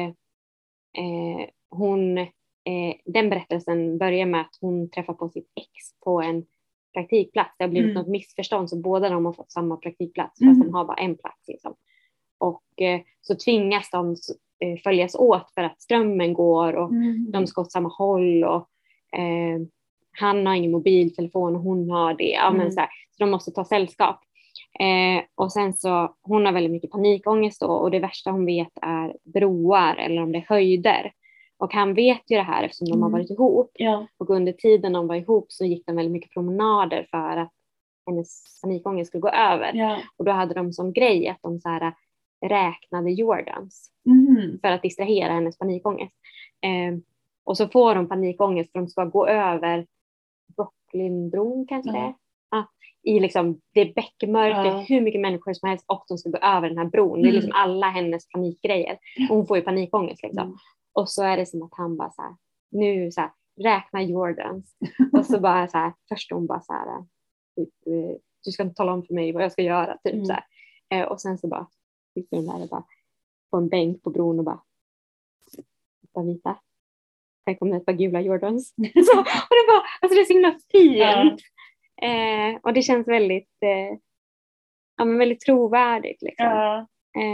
den berättelsen börjar med att hon träffar på sitt ex på en praktikplats. Det har blivit något missförstånd så båda de har fått samma praktikplats fast de har bara en plats liksom. Och så tvingas de följas åt för att strömmen går och de ska åt samma håll och han har ingen mobiltelefon och hon har det. Ja, men så de måste ta sällskap. Och sen så hon har väldigt mycket panikångest då, och det värsta hon vet är broar eller om det är höjder. Och han vet ju det här eftersom de har varit ihop. Och under tiden de var ihop så gick de väldigt mycket promenader för att hennes panikångest skulle gå över. Och då hade de som grej att de så här räknade Jordans för att distrahera hennes panikångest. Och så får de panikångest för de ska gå över Brooklynbron kanske det. I liksom, det är bäckmörkt, det är hur mycket människor som helst och de ska gå över den här bron. Det är liksom alla hennes panikgrejer. Och hon får ju panikångest liksom. Och så är det som att han bara så här, nu så här, räkna Jordans. Och så bara så här, först hon bara så här, du ska inte tala om för mig vad jag ska göra typ så här. Och sen så bara sitter hon där och bara på en bänk på bron och bara vita. Här kommer ett par gula Jordans. Så, och det bara, alltså det är så himla fint. Och det känns väldigt väldigt trovärdigt liksom.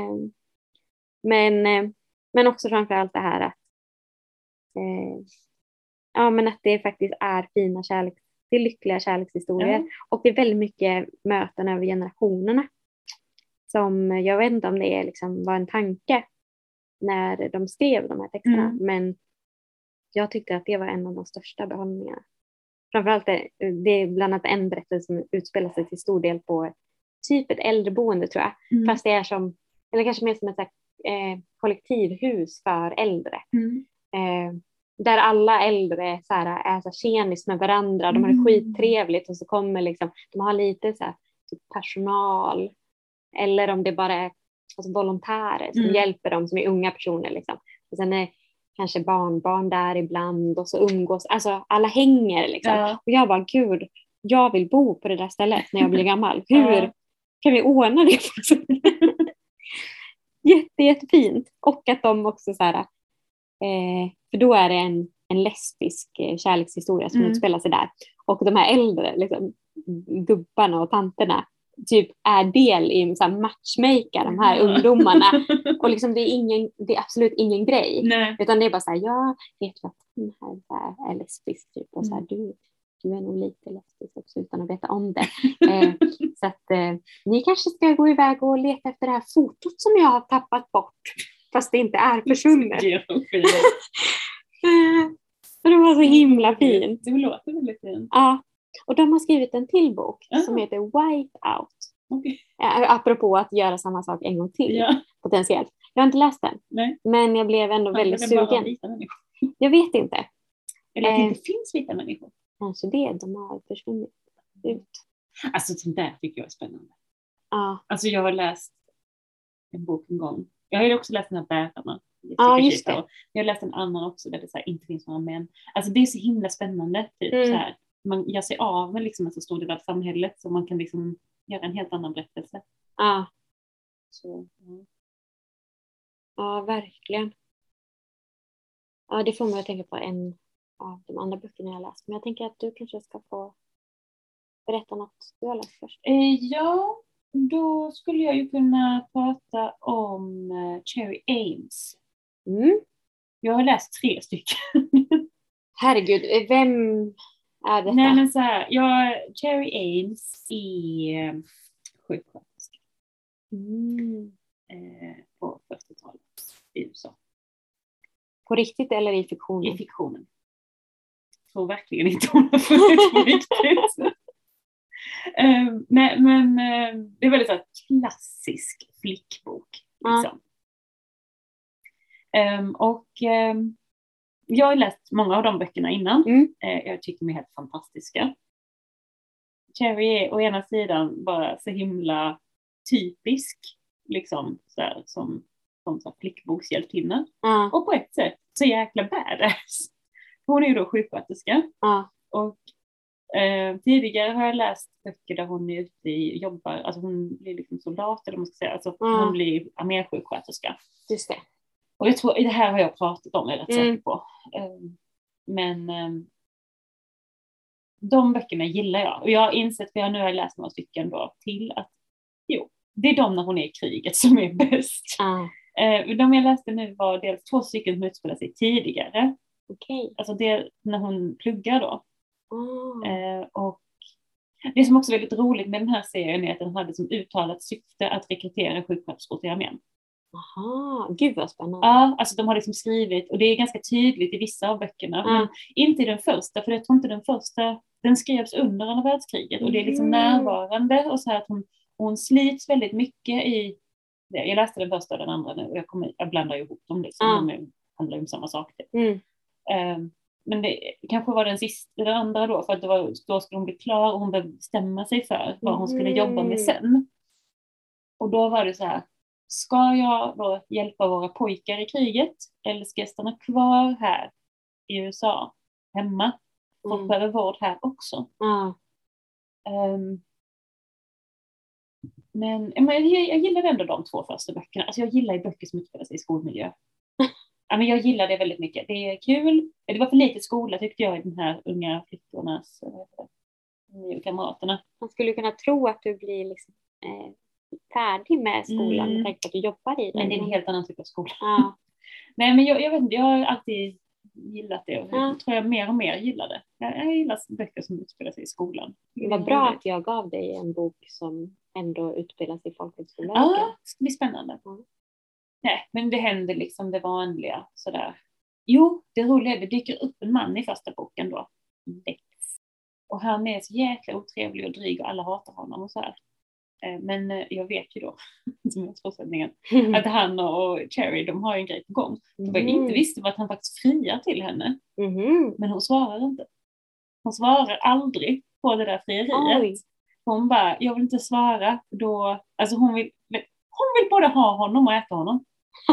Men också framförallt det här att men att det faktiskt är fina det är lyckliga kärlekshistorier och det är väldigt mycket möten över generationerna som jag vet inte om det är liksom var en tanke när de skrev de här texterna men jag tyckte att det var en av de största behållningarna. Framförallt det är bland annat en berättelse som utspelar sig till stor del på typ ett äldreboende tror jag. Fast det är som, eller kanske mer som ett kollektivhus för äldre. Där alla äldre så här, är så tjenis med varandra. De har det skittrevligt och så kommer liksom, de har lite så här, typ personal. Eller om det bara är alltså volontärer som hjälper dem som är unga personer liksom. Och sen är kanske barnbarn där ibland och så umgås, alltså alla hänger liksom. Och jag bara, gud, jag vill bo på det där stället när jag blir gammal. Hur kan vi ordna det? Jättefint. Och att de också så här, för då är det en lesbisk kärlekshistoria som utspelar sig där. Och de här äldre liksom, gubbarna och tanterna typ är del i en så här matchmaker, de här ungdomarna. Och liksom det är absolut ingen grej. Nej. Utan det är bara så här, jag vet att den här är lesbisk typ. Och så här, du är nog lite lesbisk också utan att veta om det. Så att ni kanske ska gå iväg och leta efter det här fotot som jag har tappat bort. Fast det inte är försvunnet. Det var så himla fint. Det låter väldigt fint. Ja. Och de har skrivit en till bok som heter White Out. Okay. Apropå att göra samma sak en gång till. Potentiellt. Jag har inte läst den. Nej. Men jag blev ändå väldigt sugen. Jag vet inte. Eller att det inte finns vita människor. Kanske det. De har försvunnit ut. Alltså sånt där tycker jag är spännande. Alltså jag har läst en bok en gång. Jag har ju också läst den här Bärarna. Just det. Jag har läst en annan också där det så här, inte finns några män. Alltså det är så himla spännande. Typ så här. Man gör sig av med liksom en så stor del av samhället så man kan liksom göra en helt annan berättelse. Så, ja, verkligen. Ja, det får mig att tänka på en av de andra böckerna jag läst. Men jag tänker att du kanske ska få berätta något du har läst först. Ja, då skulle jag ju kunna prata om Cherry Ames. Jag har läst 3 stycken. Herregud, vem är detta? Nej men så här, Cherry Ames är sjuksköterska. på 40-talet i USA. På riktigt eller i fiktionen? I fiktionen. Jag tror verkligen inte hon har funnits på riktigt. Nej, men det är väldigt så här klassisk flickbok. Liksom. Jag har läst många av de böckerna innan. Jag tycker de är helt fantastiska. Cherry är å ena sidan bara så himla typisk, liksom så här, som så här flickbokshjältinna. Och på ett sätt så jäkla badass. Hon är ju då sjuksköterska. Och tidigare har jag läst böcker där hon är ute i jobbar, alltså hon blir liksom soldat eller man ska säga, alltså hon blir armésjuksköterska. Just det. Och jag tror, det här har jag pratat om, jag är rätt säker på. Men de böckerna gillar jag. Och jag har insett, för jag nu har läst några stycken då till, att det är de när hon är i kriget som är bäst. De jag läste nu var dels 2 stycken som utspelar sig tidigare. Alltså det när hon pluggar då. Och det som också är väldigt roligt med den här serien är att den hade som uttalat syfte att rekrytera sjuksköterskor till armén. Aha, gud vad spännande. Ja, alltså de har liksom skrivit, och det är ganska tydligt i vissa av böckerna, men inte i den första, för jag tror inte den första, den skrevs under andra världskriget, och det är liksom närvarande, och så här att hon slits väldigt mycket i det. Jag läste den första och den andra nu, och jag blandar ihop dem liksom, de handlar ju om samma sak. Men det kanske var den andra då, för att då skulle hon bli klar och hon behövde bestämma sig för vad hon skulle jobba med sen. Och då var det så här, ska jag då hjälpa våra pojkar i kriget, eller ska jag stanna kvar här i USA, hemma, och behöver vård här också? Men jag gillar ändå de 2 första böckerna. Alltså jag gillar böcker som utspelar sig i skolmiljö. Men jag gillar det väldigt mycket. Det är kul. Det var för lite skola tyckte jag i den här unga flickornas kamraterna. Man skulle kunna tro att du blir liksom, färdig med skolan med tanke på att du jobbar i den. Men det är en helt annan typ av skola. Nej, men jag vet inte, jag har alltid gillat det. Och jag tror jag mer och mer gillar det. Jag gillar böcker som utspelar sig i skolan. Det var bra att jag gav dig en bok som ändå utspelar sig i folkhögskolan. Ja, det ska bli spännande. Nej, men det händer liksom det vanliga sådär. Jo, det roliga är det dyker upp en man i första boken då. Och han är så jäkla otrevlig och dryg och alla hatar honom och så här. Men jag vet ju då, som är fortsättningen, att han och Cherry, de har en grej på gång. Vad jag inte visste var att han faktiskt friar till henne. Men hon svarar inte. Hon svarar aldrig på det där frieriet. Hon bara, jag vill inte svara. Då, alltså hon vill både ha honom och äta honom.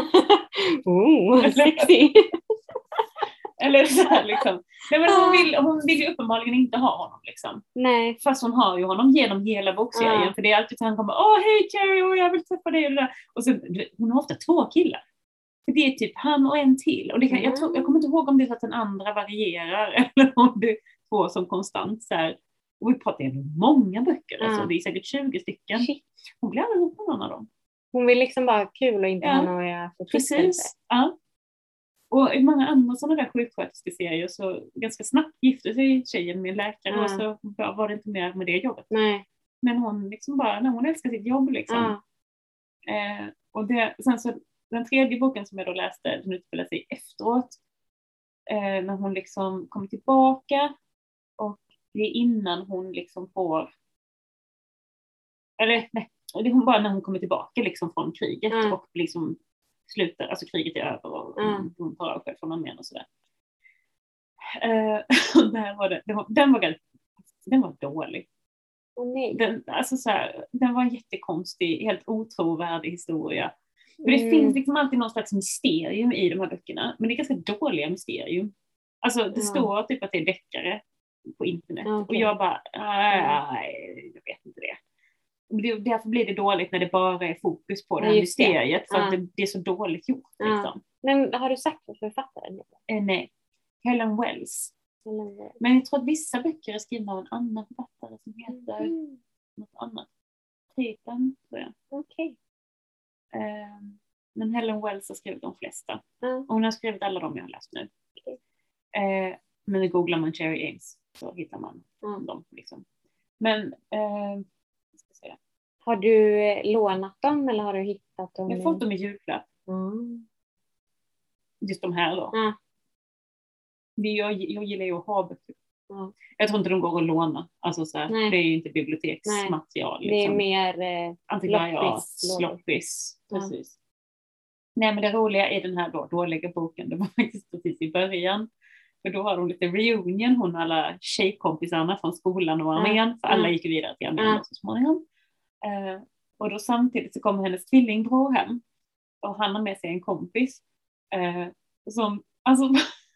Sexy. Eller så här liksom. Nej, men hon vill ju uppenbarligen inte ha honom liksom. Nej. Fast hon har ju honom genom hela bokserien. För det är alltid så han kommer, hej Cherry, jag vill träffa dig. Och sen, hon har ofta 2 killar. För det är typ han och en till. Och det kan, jag kommer inte ihåg om det är så att den andra varierar. Eller om det är 2 som konstant så här. Och vi pratar ju om många böcker. Alltså, det är säkert 20 stycken. Hon blir aldrig ihop med någon av dem. Hon vill liksom bara ha kul och inte ha några förpliktelser. Precis, ja. Och i många andra sådana där sjuksköterskeserier så ganska snabbt gifte sig tjejen med en läkare och så var det inte mer med det jobbet. Nej. Men hon liksom bara, hon älskar sitt jobb liksom. Och sen så den tredje boken som jag då läste, den utspelar sig efteråt. När hon liksom kommer tillbaka och det är innan hon liksom får, eller nej, det är hon bara när hon kommer tillbaka liksom från kriget och liksom slutar, alltså kriget är över och hon tar avsked från armén och sådär. Den var dålig. Alltså så här, den var en jättekonstig, helt otrovärdig historia. För det finns liksom alltid någon slags mysterium i de här böckerna, men det är ganska dåliga mysterium. Alltså det står typ att det är deckare på internet och jag bara, nej, jag vet inte det. Därför blir det dåligt när det bara är fokus på det här mysteriet. För att det är så dåligt gjort. Liksom. Men har du sagt vad författaren heter? Nej. Helen Wells. Men jag tror att vissa böcker är skrivna av en annan författare som heter något annat. Triton, tror jag. Okej. Men Helen Wells har skrivit de flesta. Och hon har skrivit alla de jag har läst nu. Men när googlar man Cherry Ames så hittar man dem. Liksom. Men... Har du lånat dem eller har du hittat dem? Jag har fått dem i julklapp. Just de här då. Ja. Jag gillar ju att ha böcker. Ja. Jag tror inte de går att låna. Alltså så här, det är ju inte biblioteksmaterial. Liksom. Det är mer loppis. Precis. Nej, men det roliga är den här dåliga boken. Det var faktiskt precis i början. För då har de lite reunion, hon och alla tjejkompisarna från skolan och armén. För alla gick vidare till armén så småningom. Och då samtidigt så kommer hennes tvillingbror hem. Och han har med sig en kompis. Som, alltså,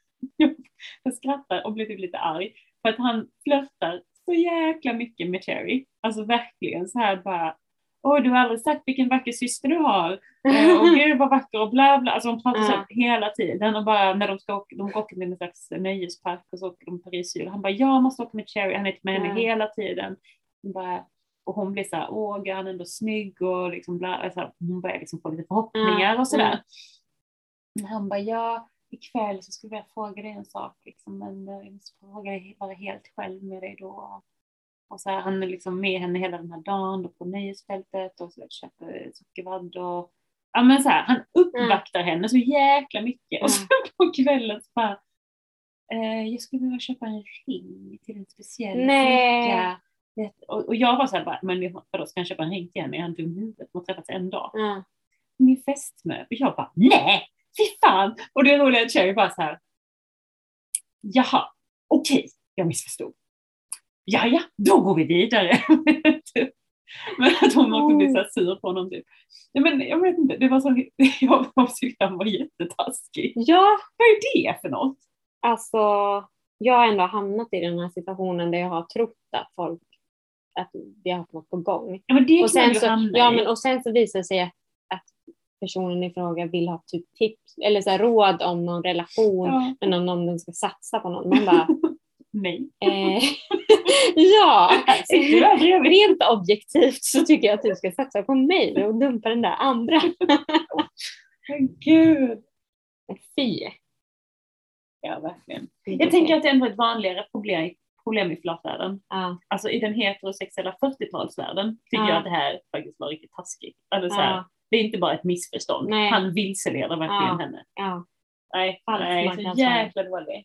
jag skrattar och blir typ lite arg. För att han flörtar så jäkla mycket med Cherry. Alltså verkligen så här bara. Du har aldrig sagt vilken vacker syster du har. Och gud vad vacker och bla bla. Alltså de pratar så här hela tiden. Och bara när de åker till en slags nöjespark och så åker de Paris. Han bara, jag måste åka med Cherry. Han är med henne hela tiden. Och hon blir så här, han är ändå snygg och liksom bla. Alltså, hon börjar liksom få lite förhoppningar och sådär. Han bara, ikväll så skulle jag fråga dig en sak liksom, men jag måste fråga dig bara helt själv med dig då. Och så här, han är liksom med henne hela den här dagen på nöjesfältet och så köper sockervadd och men så här, han uppvaktar henne så jäkla mycket. Och så på kvällen så bara jag skulle vilja köpa en ring till en speciell flicka. Och jag var så här bara, men vadå, ska han köpa en ring till henne? Är han dum i huvudet? De har träffats en dag. Min fästmö. Och jag bara, nej! Fy fan! Och det roliga är att Cherry bara så här. Jaha, okej, jag missförstod. Ja, då går vi vidare. Men att hon också blir så här sur på honom typ. Men jag vet inte, det var så, jag tyckte han var jättetaskig. Ja. Vad är det för något? Alltså, jag har ändå hamnat i den här situationen där jag har trott att vi har haft något på gång. Ja, men det och sen så visar det sig att personen i fråga vill ha typ tips eller så här råd om någon relation, men om någon ska satsa på någon. Man bara, nej. Ja, rent objektivt så tycker jag att du ska satsa på mig och dumpa den där andra. Gud. Fy. Ja, verkligen. Jag tänker att det är ändå ett vanligare problem i flörtvärlden. Alltså i den heterosexuella 40-talsvärlden tycker jag att det här faktiskt var riktigt taskigt. Alltså, så här, det är inte bara ett missförstånd. Nej. Han vilseleder verkligen henne. Nej, så jäkla dålig.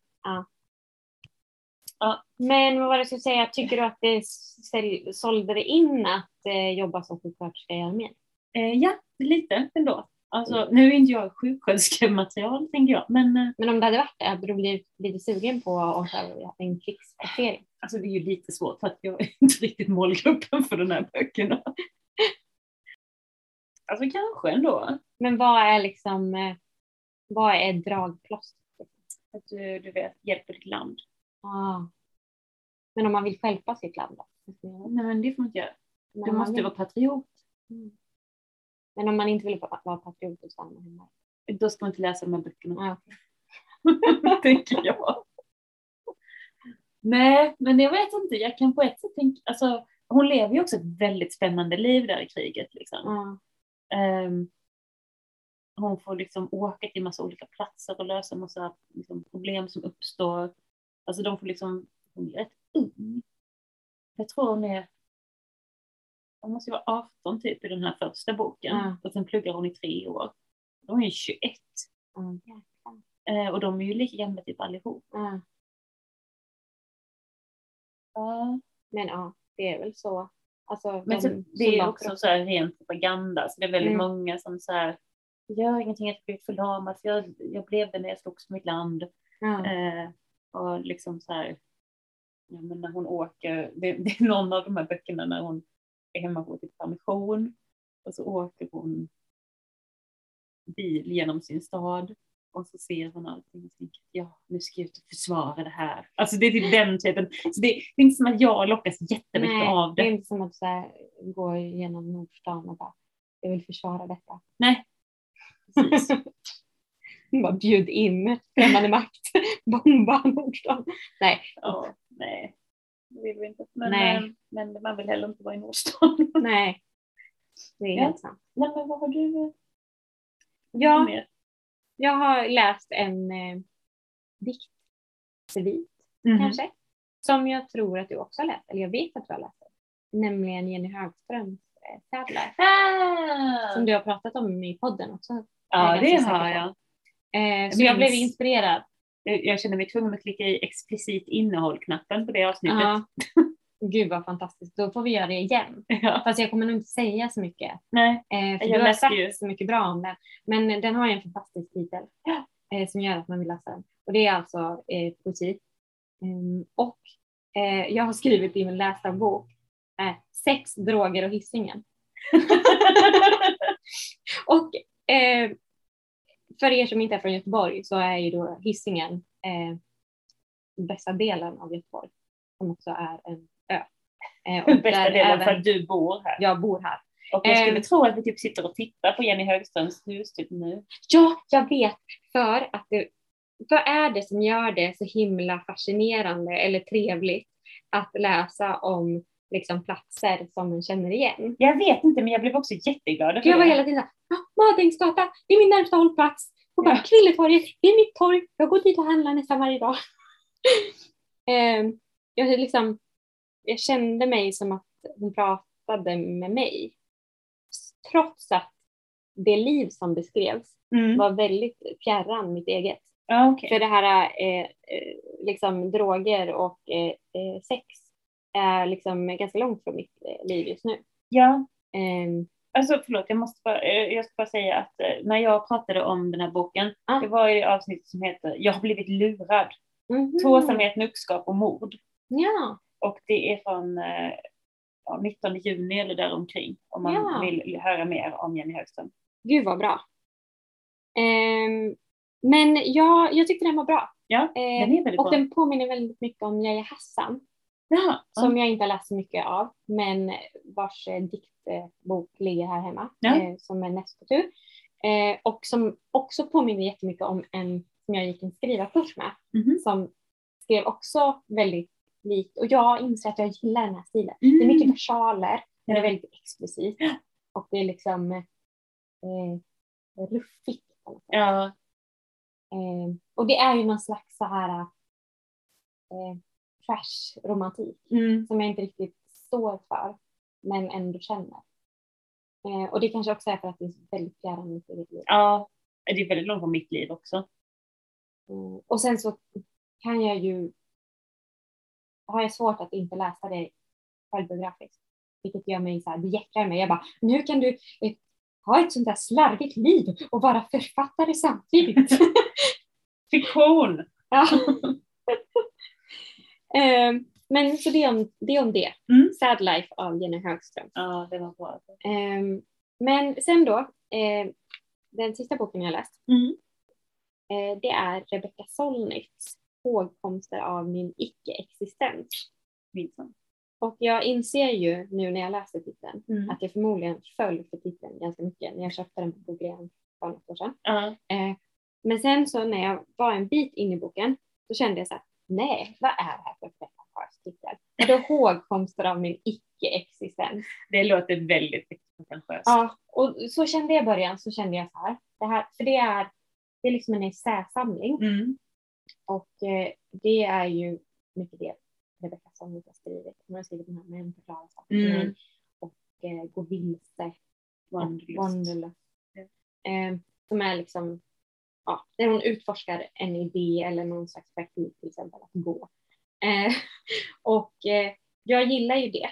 Men vad var det jag skulle säga? Tycker du att det sålde det in att jobba som sjuksköterska i armén? Ja, lite ändå. Alltså, nu är inte jag sjuksköterskematerial, tänker jag. Men om det hade varit det, hade du blivit lite sugen på att ha en krigsplacering? Alltså det är ju lite svårt för att jag är inte riktigt målgruppen för den här böckerna. Alltså kanske ändå. Men vad är dragplåster? Att du vet, hjälper ditt land. Men om man vill hjälpa sitt land då? Nej, men det får man inte göra. Du måste vara patriot. Men om man inte vill vara patriot och stanna hemma? Då ska man inte läsa de här böckerna. Tänker jag. Nej, men jag vet inte. Jag kan på ett sätt tänka, alltså, hon lever ju också ett väldigt spännande liv där i kriget. Liksom. Hon får liksom åka till massa olika platser och lösa massa liksom, problem som uppstår. Alltså de får liksom, hon är rätt ung. Jag tror hon måste vara 18 typ i den här första boken. Och sen pluggar hon i 3 år. De är 21. Och de är ju lika gamla typ allihop. Men det är väl så. Alltså, men det är också så här ren propaganda. Så det är väldigt många som så här, gör ingenting, att bli förlamad. Jag blev det när jag slogs mitt land. Och liksom så här, ja, men när hon åker, det är någon av de här böckerna när hon är hemma på typ permission och så åker hon bil genom sin stad och så ser hon allting och tänker, ja, nu ska jag ut och försvara det här. Alltså det är typ den typen. Så det är inte som att jag lockas jättemycket av det. Det är inte som att så här, gå genom Nordstan och bara, jag vill försvara detta. Nej. Precis. Bara bjud in främmande makt, bomba Nordstan. Nej. Nej. Det vill vi inte. Men man vill heller inte vara i Nordstan. Nej. Det är helt sant. Nej, men vad har du? Jag har läst en dikt, svit kanske, som jag tror att du också har läst, eller jag vet att du har läst det. Nämligen Jenny Högströms Sad Life. Ah! Som du har pratat om i podden också. Ja, det har jag. Så jag blev inspirerad. Jag kände mig tvungen att klicka i explicit innehåll-knappen på det avsnittet. Ja. Gud vad fantastiskt. Då får vi göra det igen. Ja. Fast jag kommer nog inte säga så mycket. Nej. För du har sagt så mycket bra om den. Men den har ju en fantastisk titel. Som gör att man vill läsa den. Och det är alltså poesi. Och jag har skrivit i min lästa bok Sex, droger och Hisingen. Och för er som inte är från Göteborg så är ju då Hisingen bästa delen av Göteborg. Som också är en ö. Och bästa delen för att du bor här. Jag bor här. Och jag skulle tro att vi typ sitter och tittar på Jenny Högströms hus typ nu. Ja, jag vet. För att vad är det som gör det så himla fascinerande eller trevligt att läsa om liksom platser som man känner igen? Jag vet inte, men jag blev också jätteglad. Jag var hela tiden såhär, Madängsgata, det är min närmsta hållplats. Och bara, Kvilletorget, det är mitt torg. Jag går dit och handlar nästan varje dag. Jag kände mig som att hon pratade med mig. Trots att det liv som beskrevs var väldigt fjärran mitt eget. Okay. För det här liksom droger och sex är liksom ganska långt från mitt liv just nu. Ja. Alltså förlåt, jag ska bara säga att när jag pratade om den här boken, det var ju avsnitt som heter Jag har blivit lurad. Tvåsamhet, nuckskap och mord. Ja. Och det är från 19 juni eller däromkring. Om man vill höra mer om Jenny Högström. Gud vad bra. Men jag tyckte den var bra. Ja, den är väldigt bra. Och den påminner väldigt mycket om Yahya Hassan. Jaha. Som jag inte har läst så mycket av. Men vars diktbok ligger här hemma. Som är nästa tur. Och som också påminner jättemycket om en som jag gick en skrivarkurs med. Som skrev också väldigt likt. Och jag inser att jag gillar den här stilen. Det är mycket versaler. Den är väldigt explicit. Och det är liksom ruffigt. Ja. Och det är ju någon slags så här trash-romantik. Som jag inte riktigt står för. Men ändå känner. Och det kanske också är för att det är väldigt fjärran mitt eget liv. Ja, det är väldigt långt från mitt liv också. Och sen så kan jag ju har jag svårt att inte läsa det självbiografiskt. Vilket gör mig så här, det jäckar mig. Jag bara, nu kan du ha ett sånt där slarvigt liv och vara författare samtidigt. Fiktion! Ja. Men så det är om det. Sad Life av Jenny Högström. Ja, det var bra. Men sen då, den sista boken jag läst. Det är Rebecca Solnits Hågkomster av min icke-existens. Och jag inser ju nu när jag läser titeln att jag förmodligen föll för titeln ganska mycket när jag köpte den på Bokrean för något år sedan. Men sen så när jag var en bit in i boken så kände jag så här, nej, vad är det här för titel? Och då Hågkomster av min icke-existens. Det låter väldigt pretentiöst. Ja, och så kände jag i början, så kände jag så här, för det är liksom en essäsamling. Och det är ju mycket det Rebecca Solnit har skrivit. Hon har skrivit den här Män förklarar saker och Gå vilse, Wanderlust. Som är liksom, där hon utforskar en idé eller någon slags praktik, till exempel att gå. Och jag gillar ju det.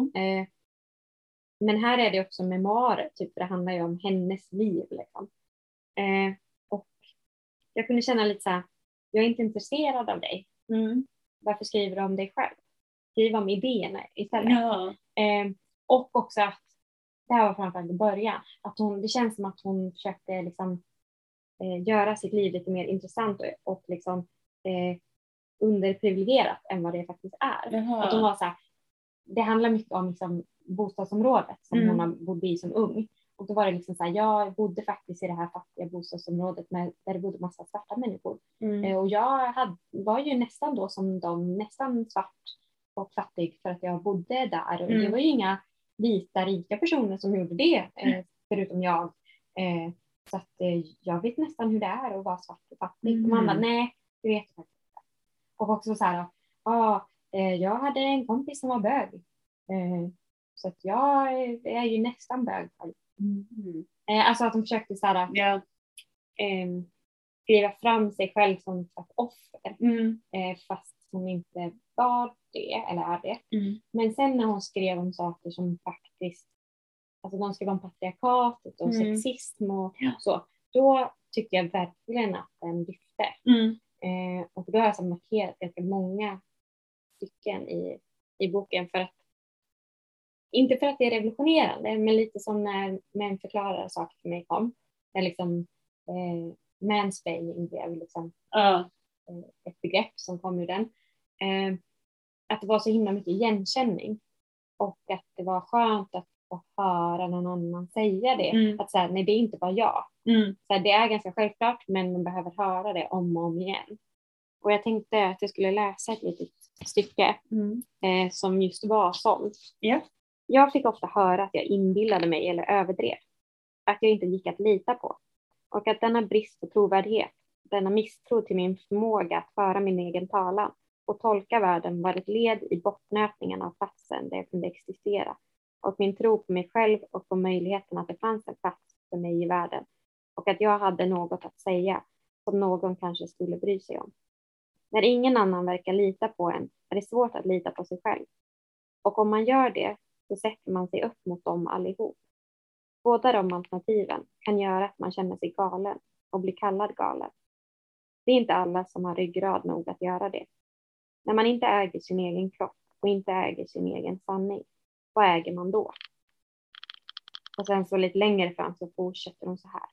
Men här är det också memoarer, typ, det handlar ju om hennes liv liksom. Och jag kunde känna lite så här, jag är inte intresserad av dig. Varför skriver du om dig själv? Skriv om idéerna istället. Ja. Och också att det här var framförallt i början. Att det känns som att hon försökte liksom, göra sitt liv lite mer intressant och liksom, underprivilegierat än vad det faktiskt är. Jaha. Att hon var så här, det handlar mycket om liksom, bostadsområdet som hon bodde i som ung. Och då var det liksom så här, jag bodde faktiskt i det här fattiga bostadsområdet där det bodde massa svarta människor. Och jag var ju nästan då som de, nästan svart och fattig för att jag bodde där. Och det var ju inga vita rika personer som gjorde det, förutom jag. Så att jag vet nästan hur det är att vara svart och fattig. Och mamma, nej, du vet faktiskt inte. Och också så här, jag hade en kompis som var bög. Så att jag är ju nästan bög. Alltså att hon försökte så här, skriva fram sig själv som ett offer. Fast hon inte var det, eller är det. Men sen när hon skrev om saker som faktiskt, alltså de skrev om patriarkatet och sexism och så, då tyckte jag verkligen att den lyfte. Och då har jag så markerat ganska många stycken i boken, för att inte för att det är revolutionerande, men lite som när män förklarar saker för mig kom. Där liksom mansplaining blev liksom ett begrepp som kom ur den. Att det var så himla mycket igenkänning. Och att det var skönt att få höra någon annan säga det. Att så här, nej, det är inte bara jag. Så här, det är ganska självklart, men man behöver höra det om och om igen. Och jag tänkte att jag skulle läsa ett litet stycke som just var sånt. Jag fick ofta höra att jag inbillade mig eller överdrev. Att jag inte gick att lita på. Och att denna brist på trovärdighet, denna misstro till min förmåga att föra min egen talan och tolka världen var ett led i bortnötningen av platsen där jag kunde existera. Och min tro på mig själv och på möjligheten att det fanns en plats för mig i världen. Och att jag hade något att säga som någon kanske skulle bry sig om. När ingen annan verkar lita på en är det svårt att lita på sig själv. Och om man gör det så sätter man sig upp mot dem allihop. Båda de alternativen kan göra att man känner sig galen och blir kallad galen. Det är inte alla som har ryggrad nog att göra det. När man inte äger sin egen kropp och inte äger sin egen sanning, vad äger man då? Och sen så lite längre fram så fortsätter hon så här.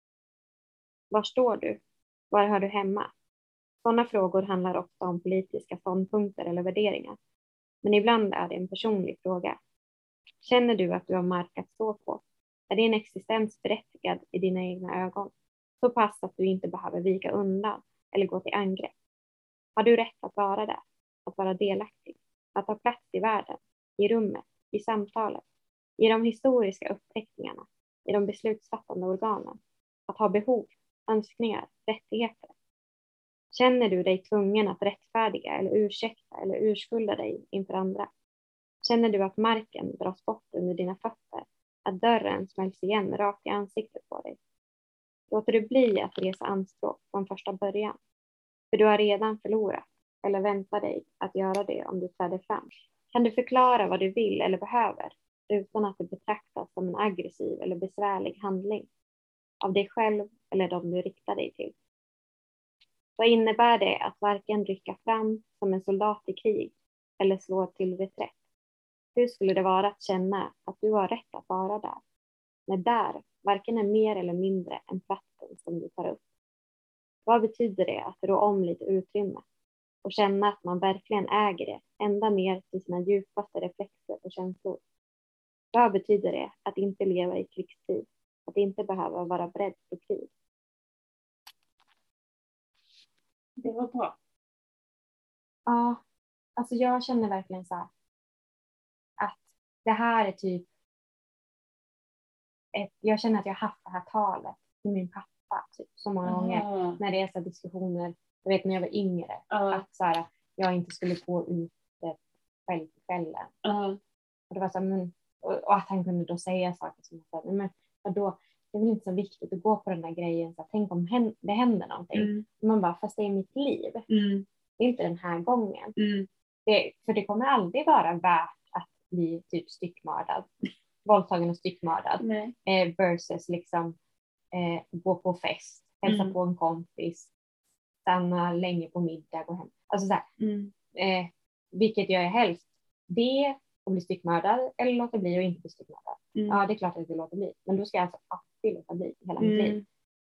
Var står du? Var hör du hemma? Sådana frågor handlar ofta om politiska ståndpunkter eller värderingar. Men ibland är det en personlig fråga. Känner du att du har mark att stå på? Är din existens berättigad i dina egna ögon? Så pass att du inte behöver vika undan eller gå till angrepp. Har du rätt att vara där? Att vara delaktig? Att ha plats i världen? I rummet? I samtalet? I de historiska upptäckningarna? I de beslutsfattande organen? Att ha behov? Önskningar? Rättigheter? Känner du dig tvungen att rättfärdiga eller ursäkta eller urskulda dig inför andra? Känner du att marken dras bort under dina fötter? Att dörren smälls igen rakt i ansiktet på dig? Låter du bli att resa anspråk från första början? För du har redan förlorat eller väntar dig att göra det om du träder fram. Kan du förklara vad du vill eller behöver utan att det betraktas som en aggressiv eller besvärlig handling av dig själv eller de du riktar dig till? Vad innebär det att varken rycka fram som en soldat i krig eller slå till reträtt? Hur skulle det vara att känna att du har rätt att vara där? När där varken är mer eller mindre än platsen som du tar upp. Vad betyder det att rå om lite utrymme och känna att man verkligen äger det ända ner till sina djupaste reflexer och känslor? Vad betyder det att inte leva i krigstid? Att inte behöva vara beredd på krig? Det var bra. Ja, alltså jag känner verkligen så här att det här är typ jag känner att jag har haft det här talet med min pappa typ, så många gånger när det är så diskussioner. Jag vet när jag var yngre att så här, jag inte skulle gå ut själv på kvällen. Och det var så här, men, och att han kunde då säga saker som att men då det är väl inte så viktigt att gå på den där grejen, så tänk om det händer någonting. Man bara, fast det är mitt liv. Det är inte den här gången. För det kommer aldrig vara värt att bli typ styckmördad. Våldtagen och styckmördad. Versus liksom gå på fest, hälsa på en kompis, stanna länge på middag och hem. Alltså så här, vilket jag är helst. Det och bli styckmördad eller låta bli och inte bli styckmördad. Ja, det är klart att det låter bli. Men då ska jag alltså alltid låta bli hela mitt liv.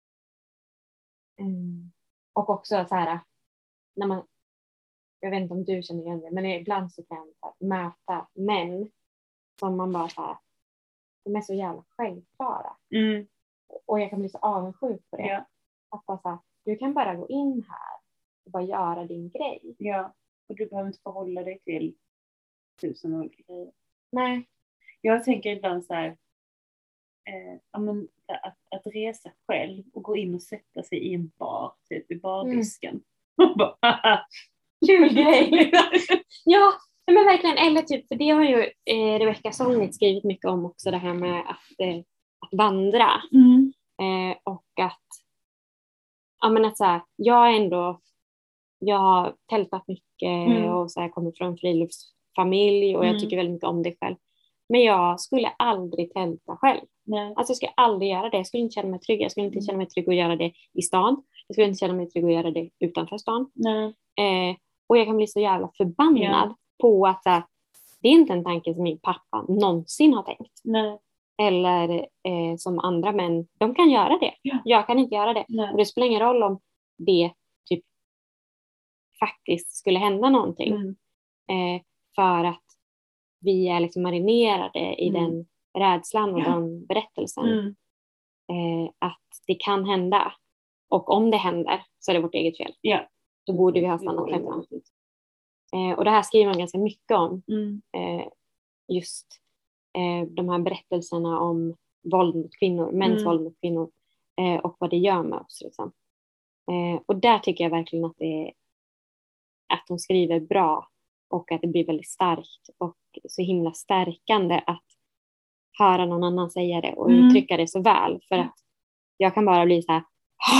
Och också så här, när man, jag vet inte om du känner igen det, men ibland så kan jag möta män som man bara så här, de är så jävla självklara. Och jag kan bli så avundsjuk på det. Ja. Att bara så här, du kan bara gå in här och bara göra din grej. Ja, och du behöver inte förhålla dig till 1000 olika grejer. Nej. Jag tänker ibland så här, att resa själv och gå in och sätta sig i en bar, typ i bardisken. Och bara, kul grej. Ja, Ja, men verkligen, eller typ, för det har ju Rebecca Solnit skrivit mycket om också, det här med att vandra. Och att, ja, men att så här, jag har tältat mycket och så här, kommer från friluftsfamilj och jag tycker väldigt mycket om det själv. Men jag skulle aldrig tälta själv. Nej. Alltså jag skulle aldrig göra det. Jag skulle inte känna mig trygg. Jag skulle inte känna mig trygg att göra det i stan. Jag skulle inte känna mig trygg att göra det utanför stan. Och jag kan bli så jävla förbannad på att det är inte en tanke som min pappa någonsin har tänkt. Nej. Eller som andra män. De kan göra det. Ja. Jag kan inte göra det. Nej. Och det spelar ingen roll om det typ faktiskt skulle hända någonting. För att vi är liksom marinerade i den rädslan och den berättelsen. Att det kan hända. Och om det händer så är det vårt eget fel. Ja. Då borde vi ha stannat hemma. Och det här skriver man ganska mycket om. Just de här berättelserna om våld mot kvinnor. Mäns våld mot kvinnor. Och vad det gör med oss. Liksom. Och där tycker jag verkligen att hon skriver bra. Och att det blir väldigt starkt. Och så himla stärkande att höra någon annan säga det. Och uttrycka det så väl. För att jag kan bara bli så här.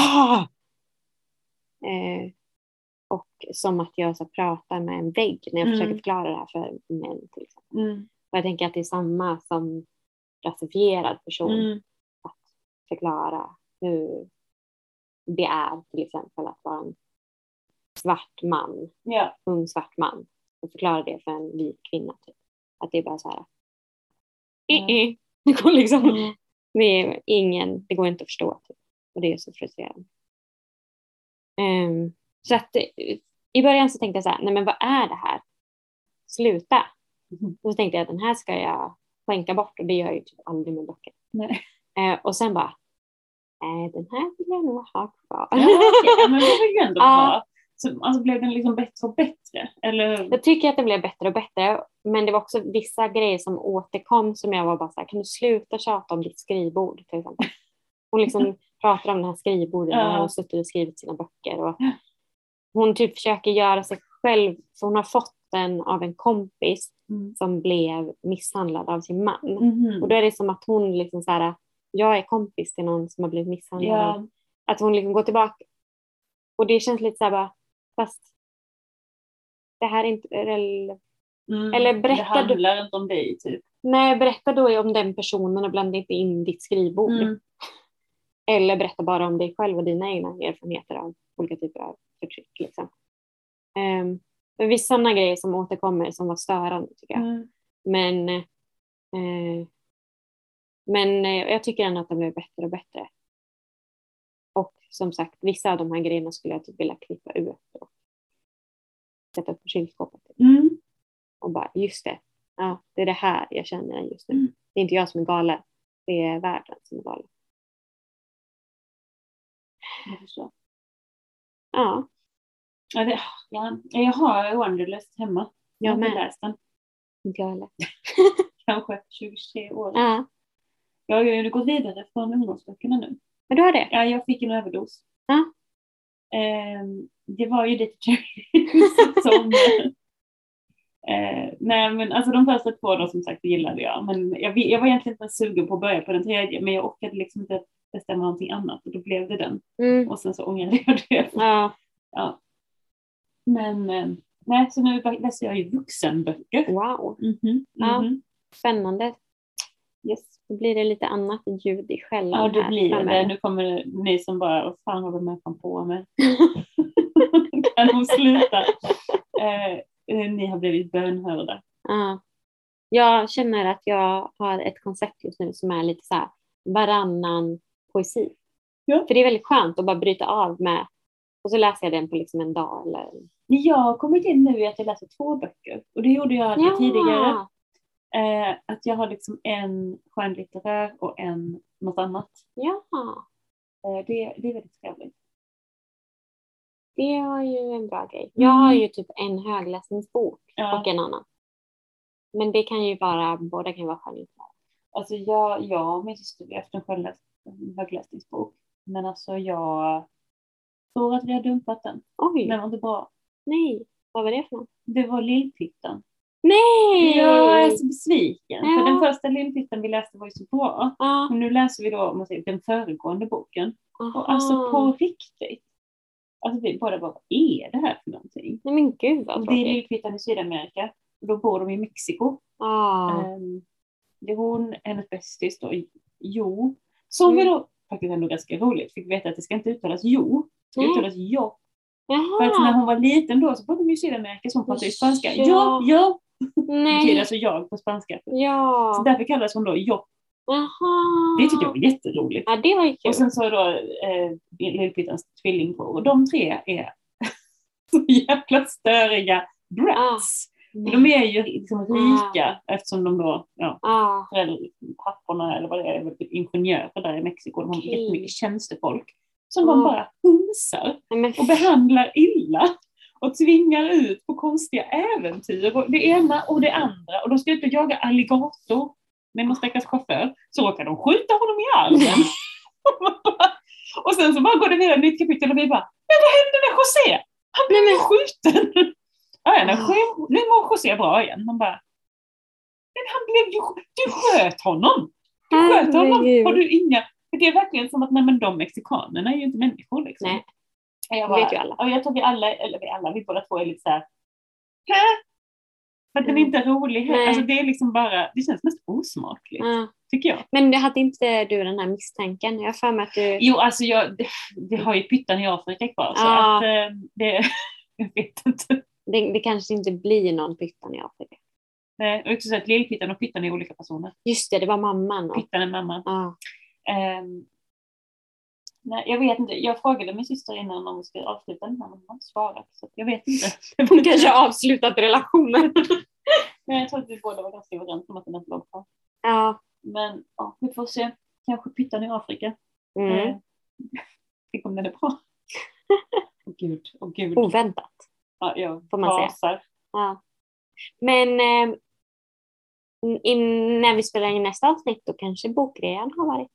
Och som att jag så pratar med en vägg när jag försöker förklara det här för män till exempel. Och jag tänker att det är samma som rasifierad person att förklara hur det är till exempel att vara en svart man, ung svart man, och förklara det för en vit kvinna typ. Att det är bara så här det går liksom det går inte att förstå typ. Och det är så frustrerande. Så att i början så tänkte jag så här, nej men vad är det här? Sluta. Och så tänkte jag att den här ska jag skänka bort, och det gör jag ju typ aldrig med böcker. Och sen bara, den här vill jag nog ha kvar. Ja, okay. Men det vill jag ändå ha. Så, alltså blev den liksom bättre och bättre? Eller? Jag tycker att det blev bättre och bättre. Men det var också vissa grejer som återkom som jag var bara så här, kan du sluta tjata om ditt skrivbord till exempel? Hon liksom pratar om den här skrivbordet när hon suttit och skrivit sina böcker. Och hon typ försöker göra sig själv, för hon har fått den av en kompis som blev misshandlad av sin man. Och då är det som att hon liksom så här, jag är kompis till någon som har blivit misshandlad. Att hon liksom går tillbaka. Och det känns lite så här bara, fast det här är inte eller berätta, det handlar inte om dig typ. Nej, berätta då om den personen och blanda inte in ditt skrivbord. Eller berätta bara om dig själv och dina egna erfarenheter av olika typer av förtryck liksom. Det finns sådana grejer som återkommer som var störande tycker jag. Men jag tycker ändå att det blev bättre och bättre. Och som sagt, vissa av de här grejerna skulle jag typ vilja klippa ut och sätta upp på kylskåpet. Och bara, just det. Ja, det är det här jag känner just nu. Det är inte jag som är galen. Det är världen som är galen. Jag förstår. Ja. Jag har Wanderlust hemma. Jag har inte läst den. Inte jag heller. Kanske 23 år. Ja. Jag har ju gått vidare från ungdomsböckerna nu. Men du har det? Ja, jag fick en överdos. Ja. Det var ju det som nej men alltså de första 2 då som sagt gillade jag. Men jag var egentligen inte sugen på att börja på den 3:e. Men jag orkade liksom inte bestämma någonting annat. Och då blev det den. Och sen så ångrade jag det. Ja. Men nej, så nu läser jag ju vuxenböcker. Wow. Ja, spännande. Yes. Då blir det lite annat ljud i skällan. Ja, det blir det. Nu kommer ni som bara, vad fan håller med på med? Kan de sluta? Ni har blivit bönhörda. Ja. Jag känner att jag har ett koncept just nu som är lite så här varannan poesi. Ja. För det är väldigt skönt att bara bryta av med, och så läser jag den på liksom en dag. Eller... Jag har kommit in nu i att jag läser 2 böcker. Och det gjorde jag aldrig tidigare. Att jag har liksom en skönlitterär och en något annat. Ja. Det är väldigt trevligt. Det var ju en bra grej. Jag har ju typ en högläsningsbok och en annan. Men det kan ju vara, båda kan ju vara skönlitterära. Alltså jag och min syster har haft en högläsningsbok. Men alltså jag tror att vi har dumpat den. Oj. Den var inte bra. Nej, vad var det för något? Det var Lillpittan. Nej! Jag är så besviken. Ja. För den första Lillpytten vi läste var ju så bra. Ja. Och nu läser vi då den föregående boken. Aha. Och alltså på riktigt. Alltså vi båda bara, vad är det här för någonting? Nej men gud vad Och det är tråkigt. Lillpytten i Sydamerika. Och då bor de i Mexiko. Det är hon, hennes bästis då, Jo. Som vi då, faktiskt ändå ganska roligt, fick veta att det ska inte uttalas Jo. Det ska uttalas Jo. För att när hon var liten då så bodde hon i Sydamerika, så hon pratade ju spanska. Jo. Det betyder alltså jag på spanska. Ja. Så därför kallas hon då Jo. Jaha. Det tycker jag var jätteroligt. Ja, det var ju kul. Och sen så då Lillpyttens tvillingbror. Och de tre är så jävla störiga brats. De är ju liksom rika eftersom de då, papporna eller vad det är, ingenjörer där i Mexiko. De har jättemycket tjänstefolk som de bara hunsar och behandlar illa. Och tvingar ut på konstiga äventyr. Och det ena och det andra. Och de ska ut och jaga alligator med någon stackars chaufför. Så råkar de skjuta honom i armen. Och sen så bara går det ner ett nytt kapitel och vi bara, men vad hände med José? Han blev ju skjuten. Nu mår José bra igen. Man bara, men han blev ju, du sköt honom. Har du inga, för det är verkligen som att de mexikanerna är ju inte människor liksom. Nej. Jag vet ju alla. Och jag tror vi båda två är lite så här. För den är inte rolig. Alltså det är liksom bara, det känns mest osmakligt. Tycker jag. Men hade inte du den här misstanken? Jag för mig att du... Jo, alltså det har ju Pyttan i Afrika kvar. Så att det, jag vet inte. Det kanske inte blir någon Pyttan i Afrika. Nej, och också så att Lillpyttan och Pyttan är olika personer. Just det var mamman. Pyttan är mamman. Nej, jag vet inte. Jag frågade min syster innan om vi skulle avsluta den här, men hon har inte svarat. Så jag vet inte. Hon kanske har avslutat relationen. Men jag tror att vi båda var ganska överens om att den inte låg kvar. Ja. Men vi får se. Kanske Pyttan i Afrika. Tänk om den är bra. Åh gud. Oväntat. Ja, får man säga. Ja. Men när vi spelar in nästa avsnitt då kanske bokrean har varit.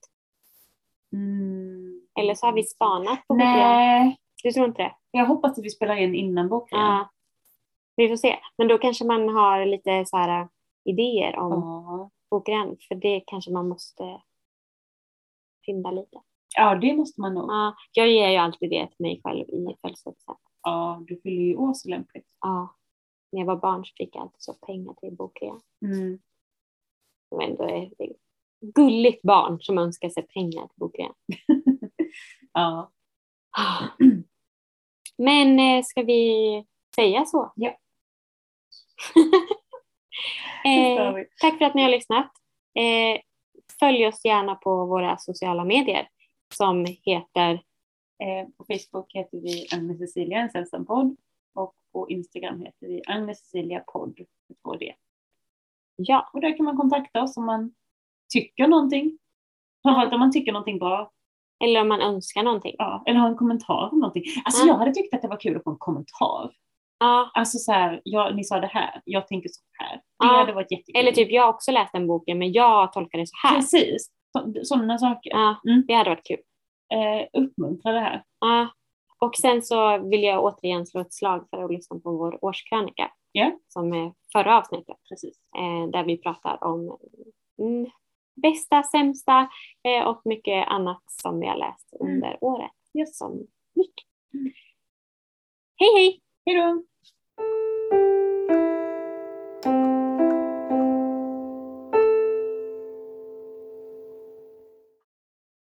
Eller så har vi spanat på bokrean. Nej. Du tror inte det? Jag hoppas att vi spelar in innan bokrean. Ja. Vi får se. Men då kanske man har lite så här idéer om bokrean. För det kanske man måste fynda lite. Ja, det måste man nog. Ja, jag ger ju alltid det till mig själv i födelsedagspresent. Ja, du fyller ju år så lämpligt. Ja. När jag var barn så fick jag alltid så pengar till bokrean. Men då är det gulligt barn som önskar sig pengar till bokrean. Ja. Men ska vi säga så? Ja. Tack för att ni har lyssnat. Följ oss gärna på våra sociala medier som heter på Facebook heter vi Agnes Cecilia en sällsam podd och på Instagram heter vi Agnes Cecilia podd på det. Ja, och där kan man kontakta oss om man tycker någonting. Framförallt om man tycker någonting bra. Eller om man önskar någonting. Ja, eller har en kommentar om någonting. Alltså jag hade tyckt att det var kul att få en kommentar. Ja. Alltså så här, ni sa det här, jag tänker så här. Det hade varit jättekul. Eller typ, jag har också läst den boken men jag tolkar det så här. Precis, sådana saker. Ja, det hade varit kul. Uppmuntra det här. Ja, och sen så vill jag återigen slå ett slag för att lyssna på vår årskrönika. Ja. Som är förra avsnittet. Precis. Där vi pratar om bästa, sämsta och mycket annat som vi har läst under året. Yes. Som gick. Hej hej! Hej då!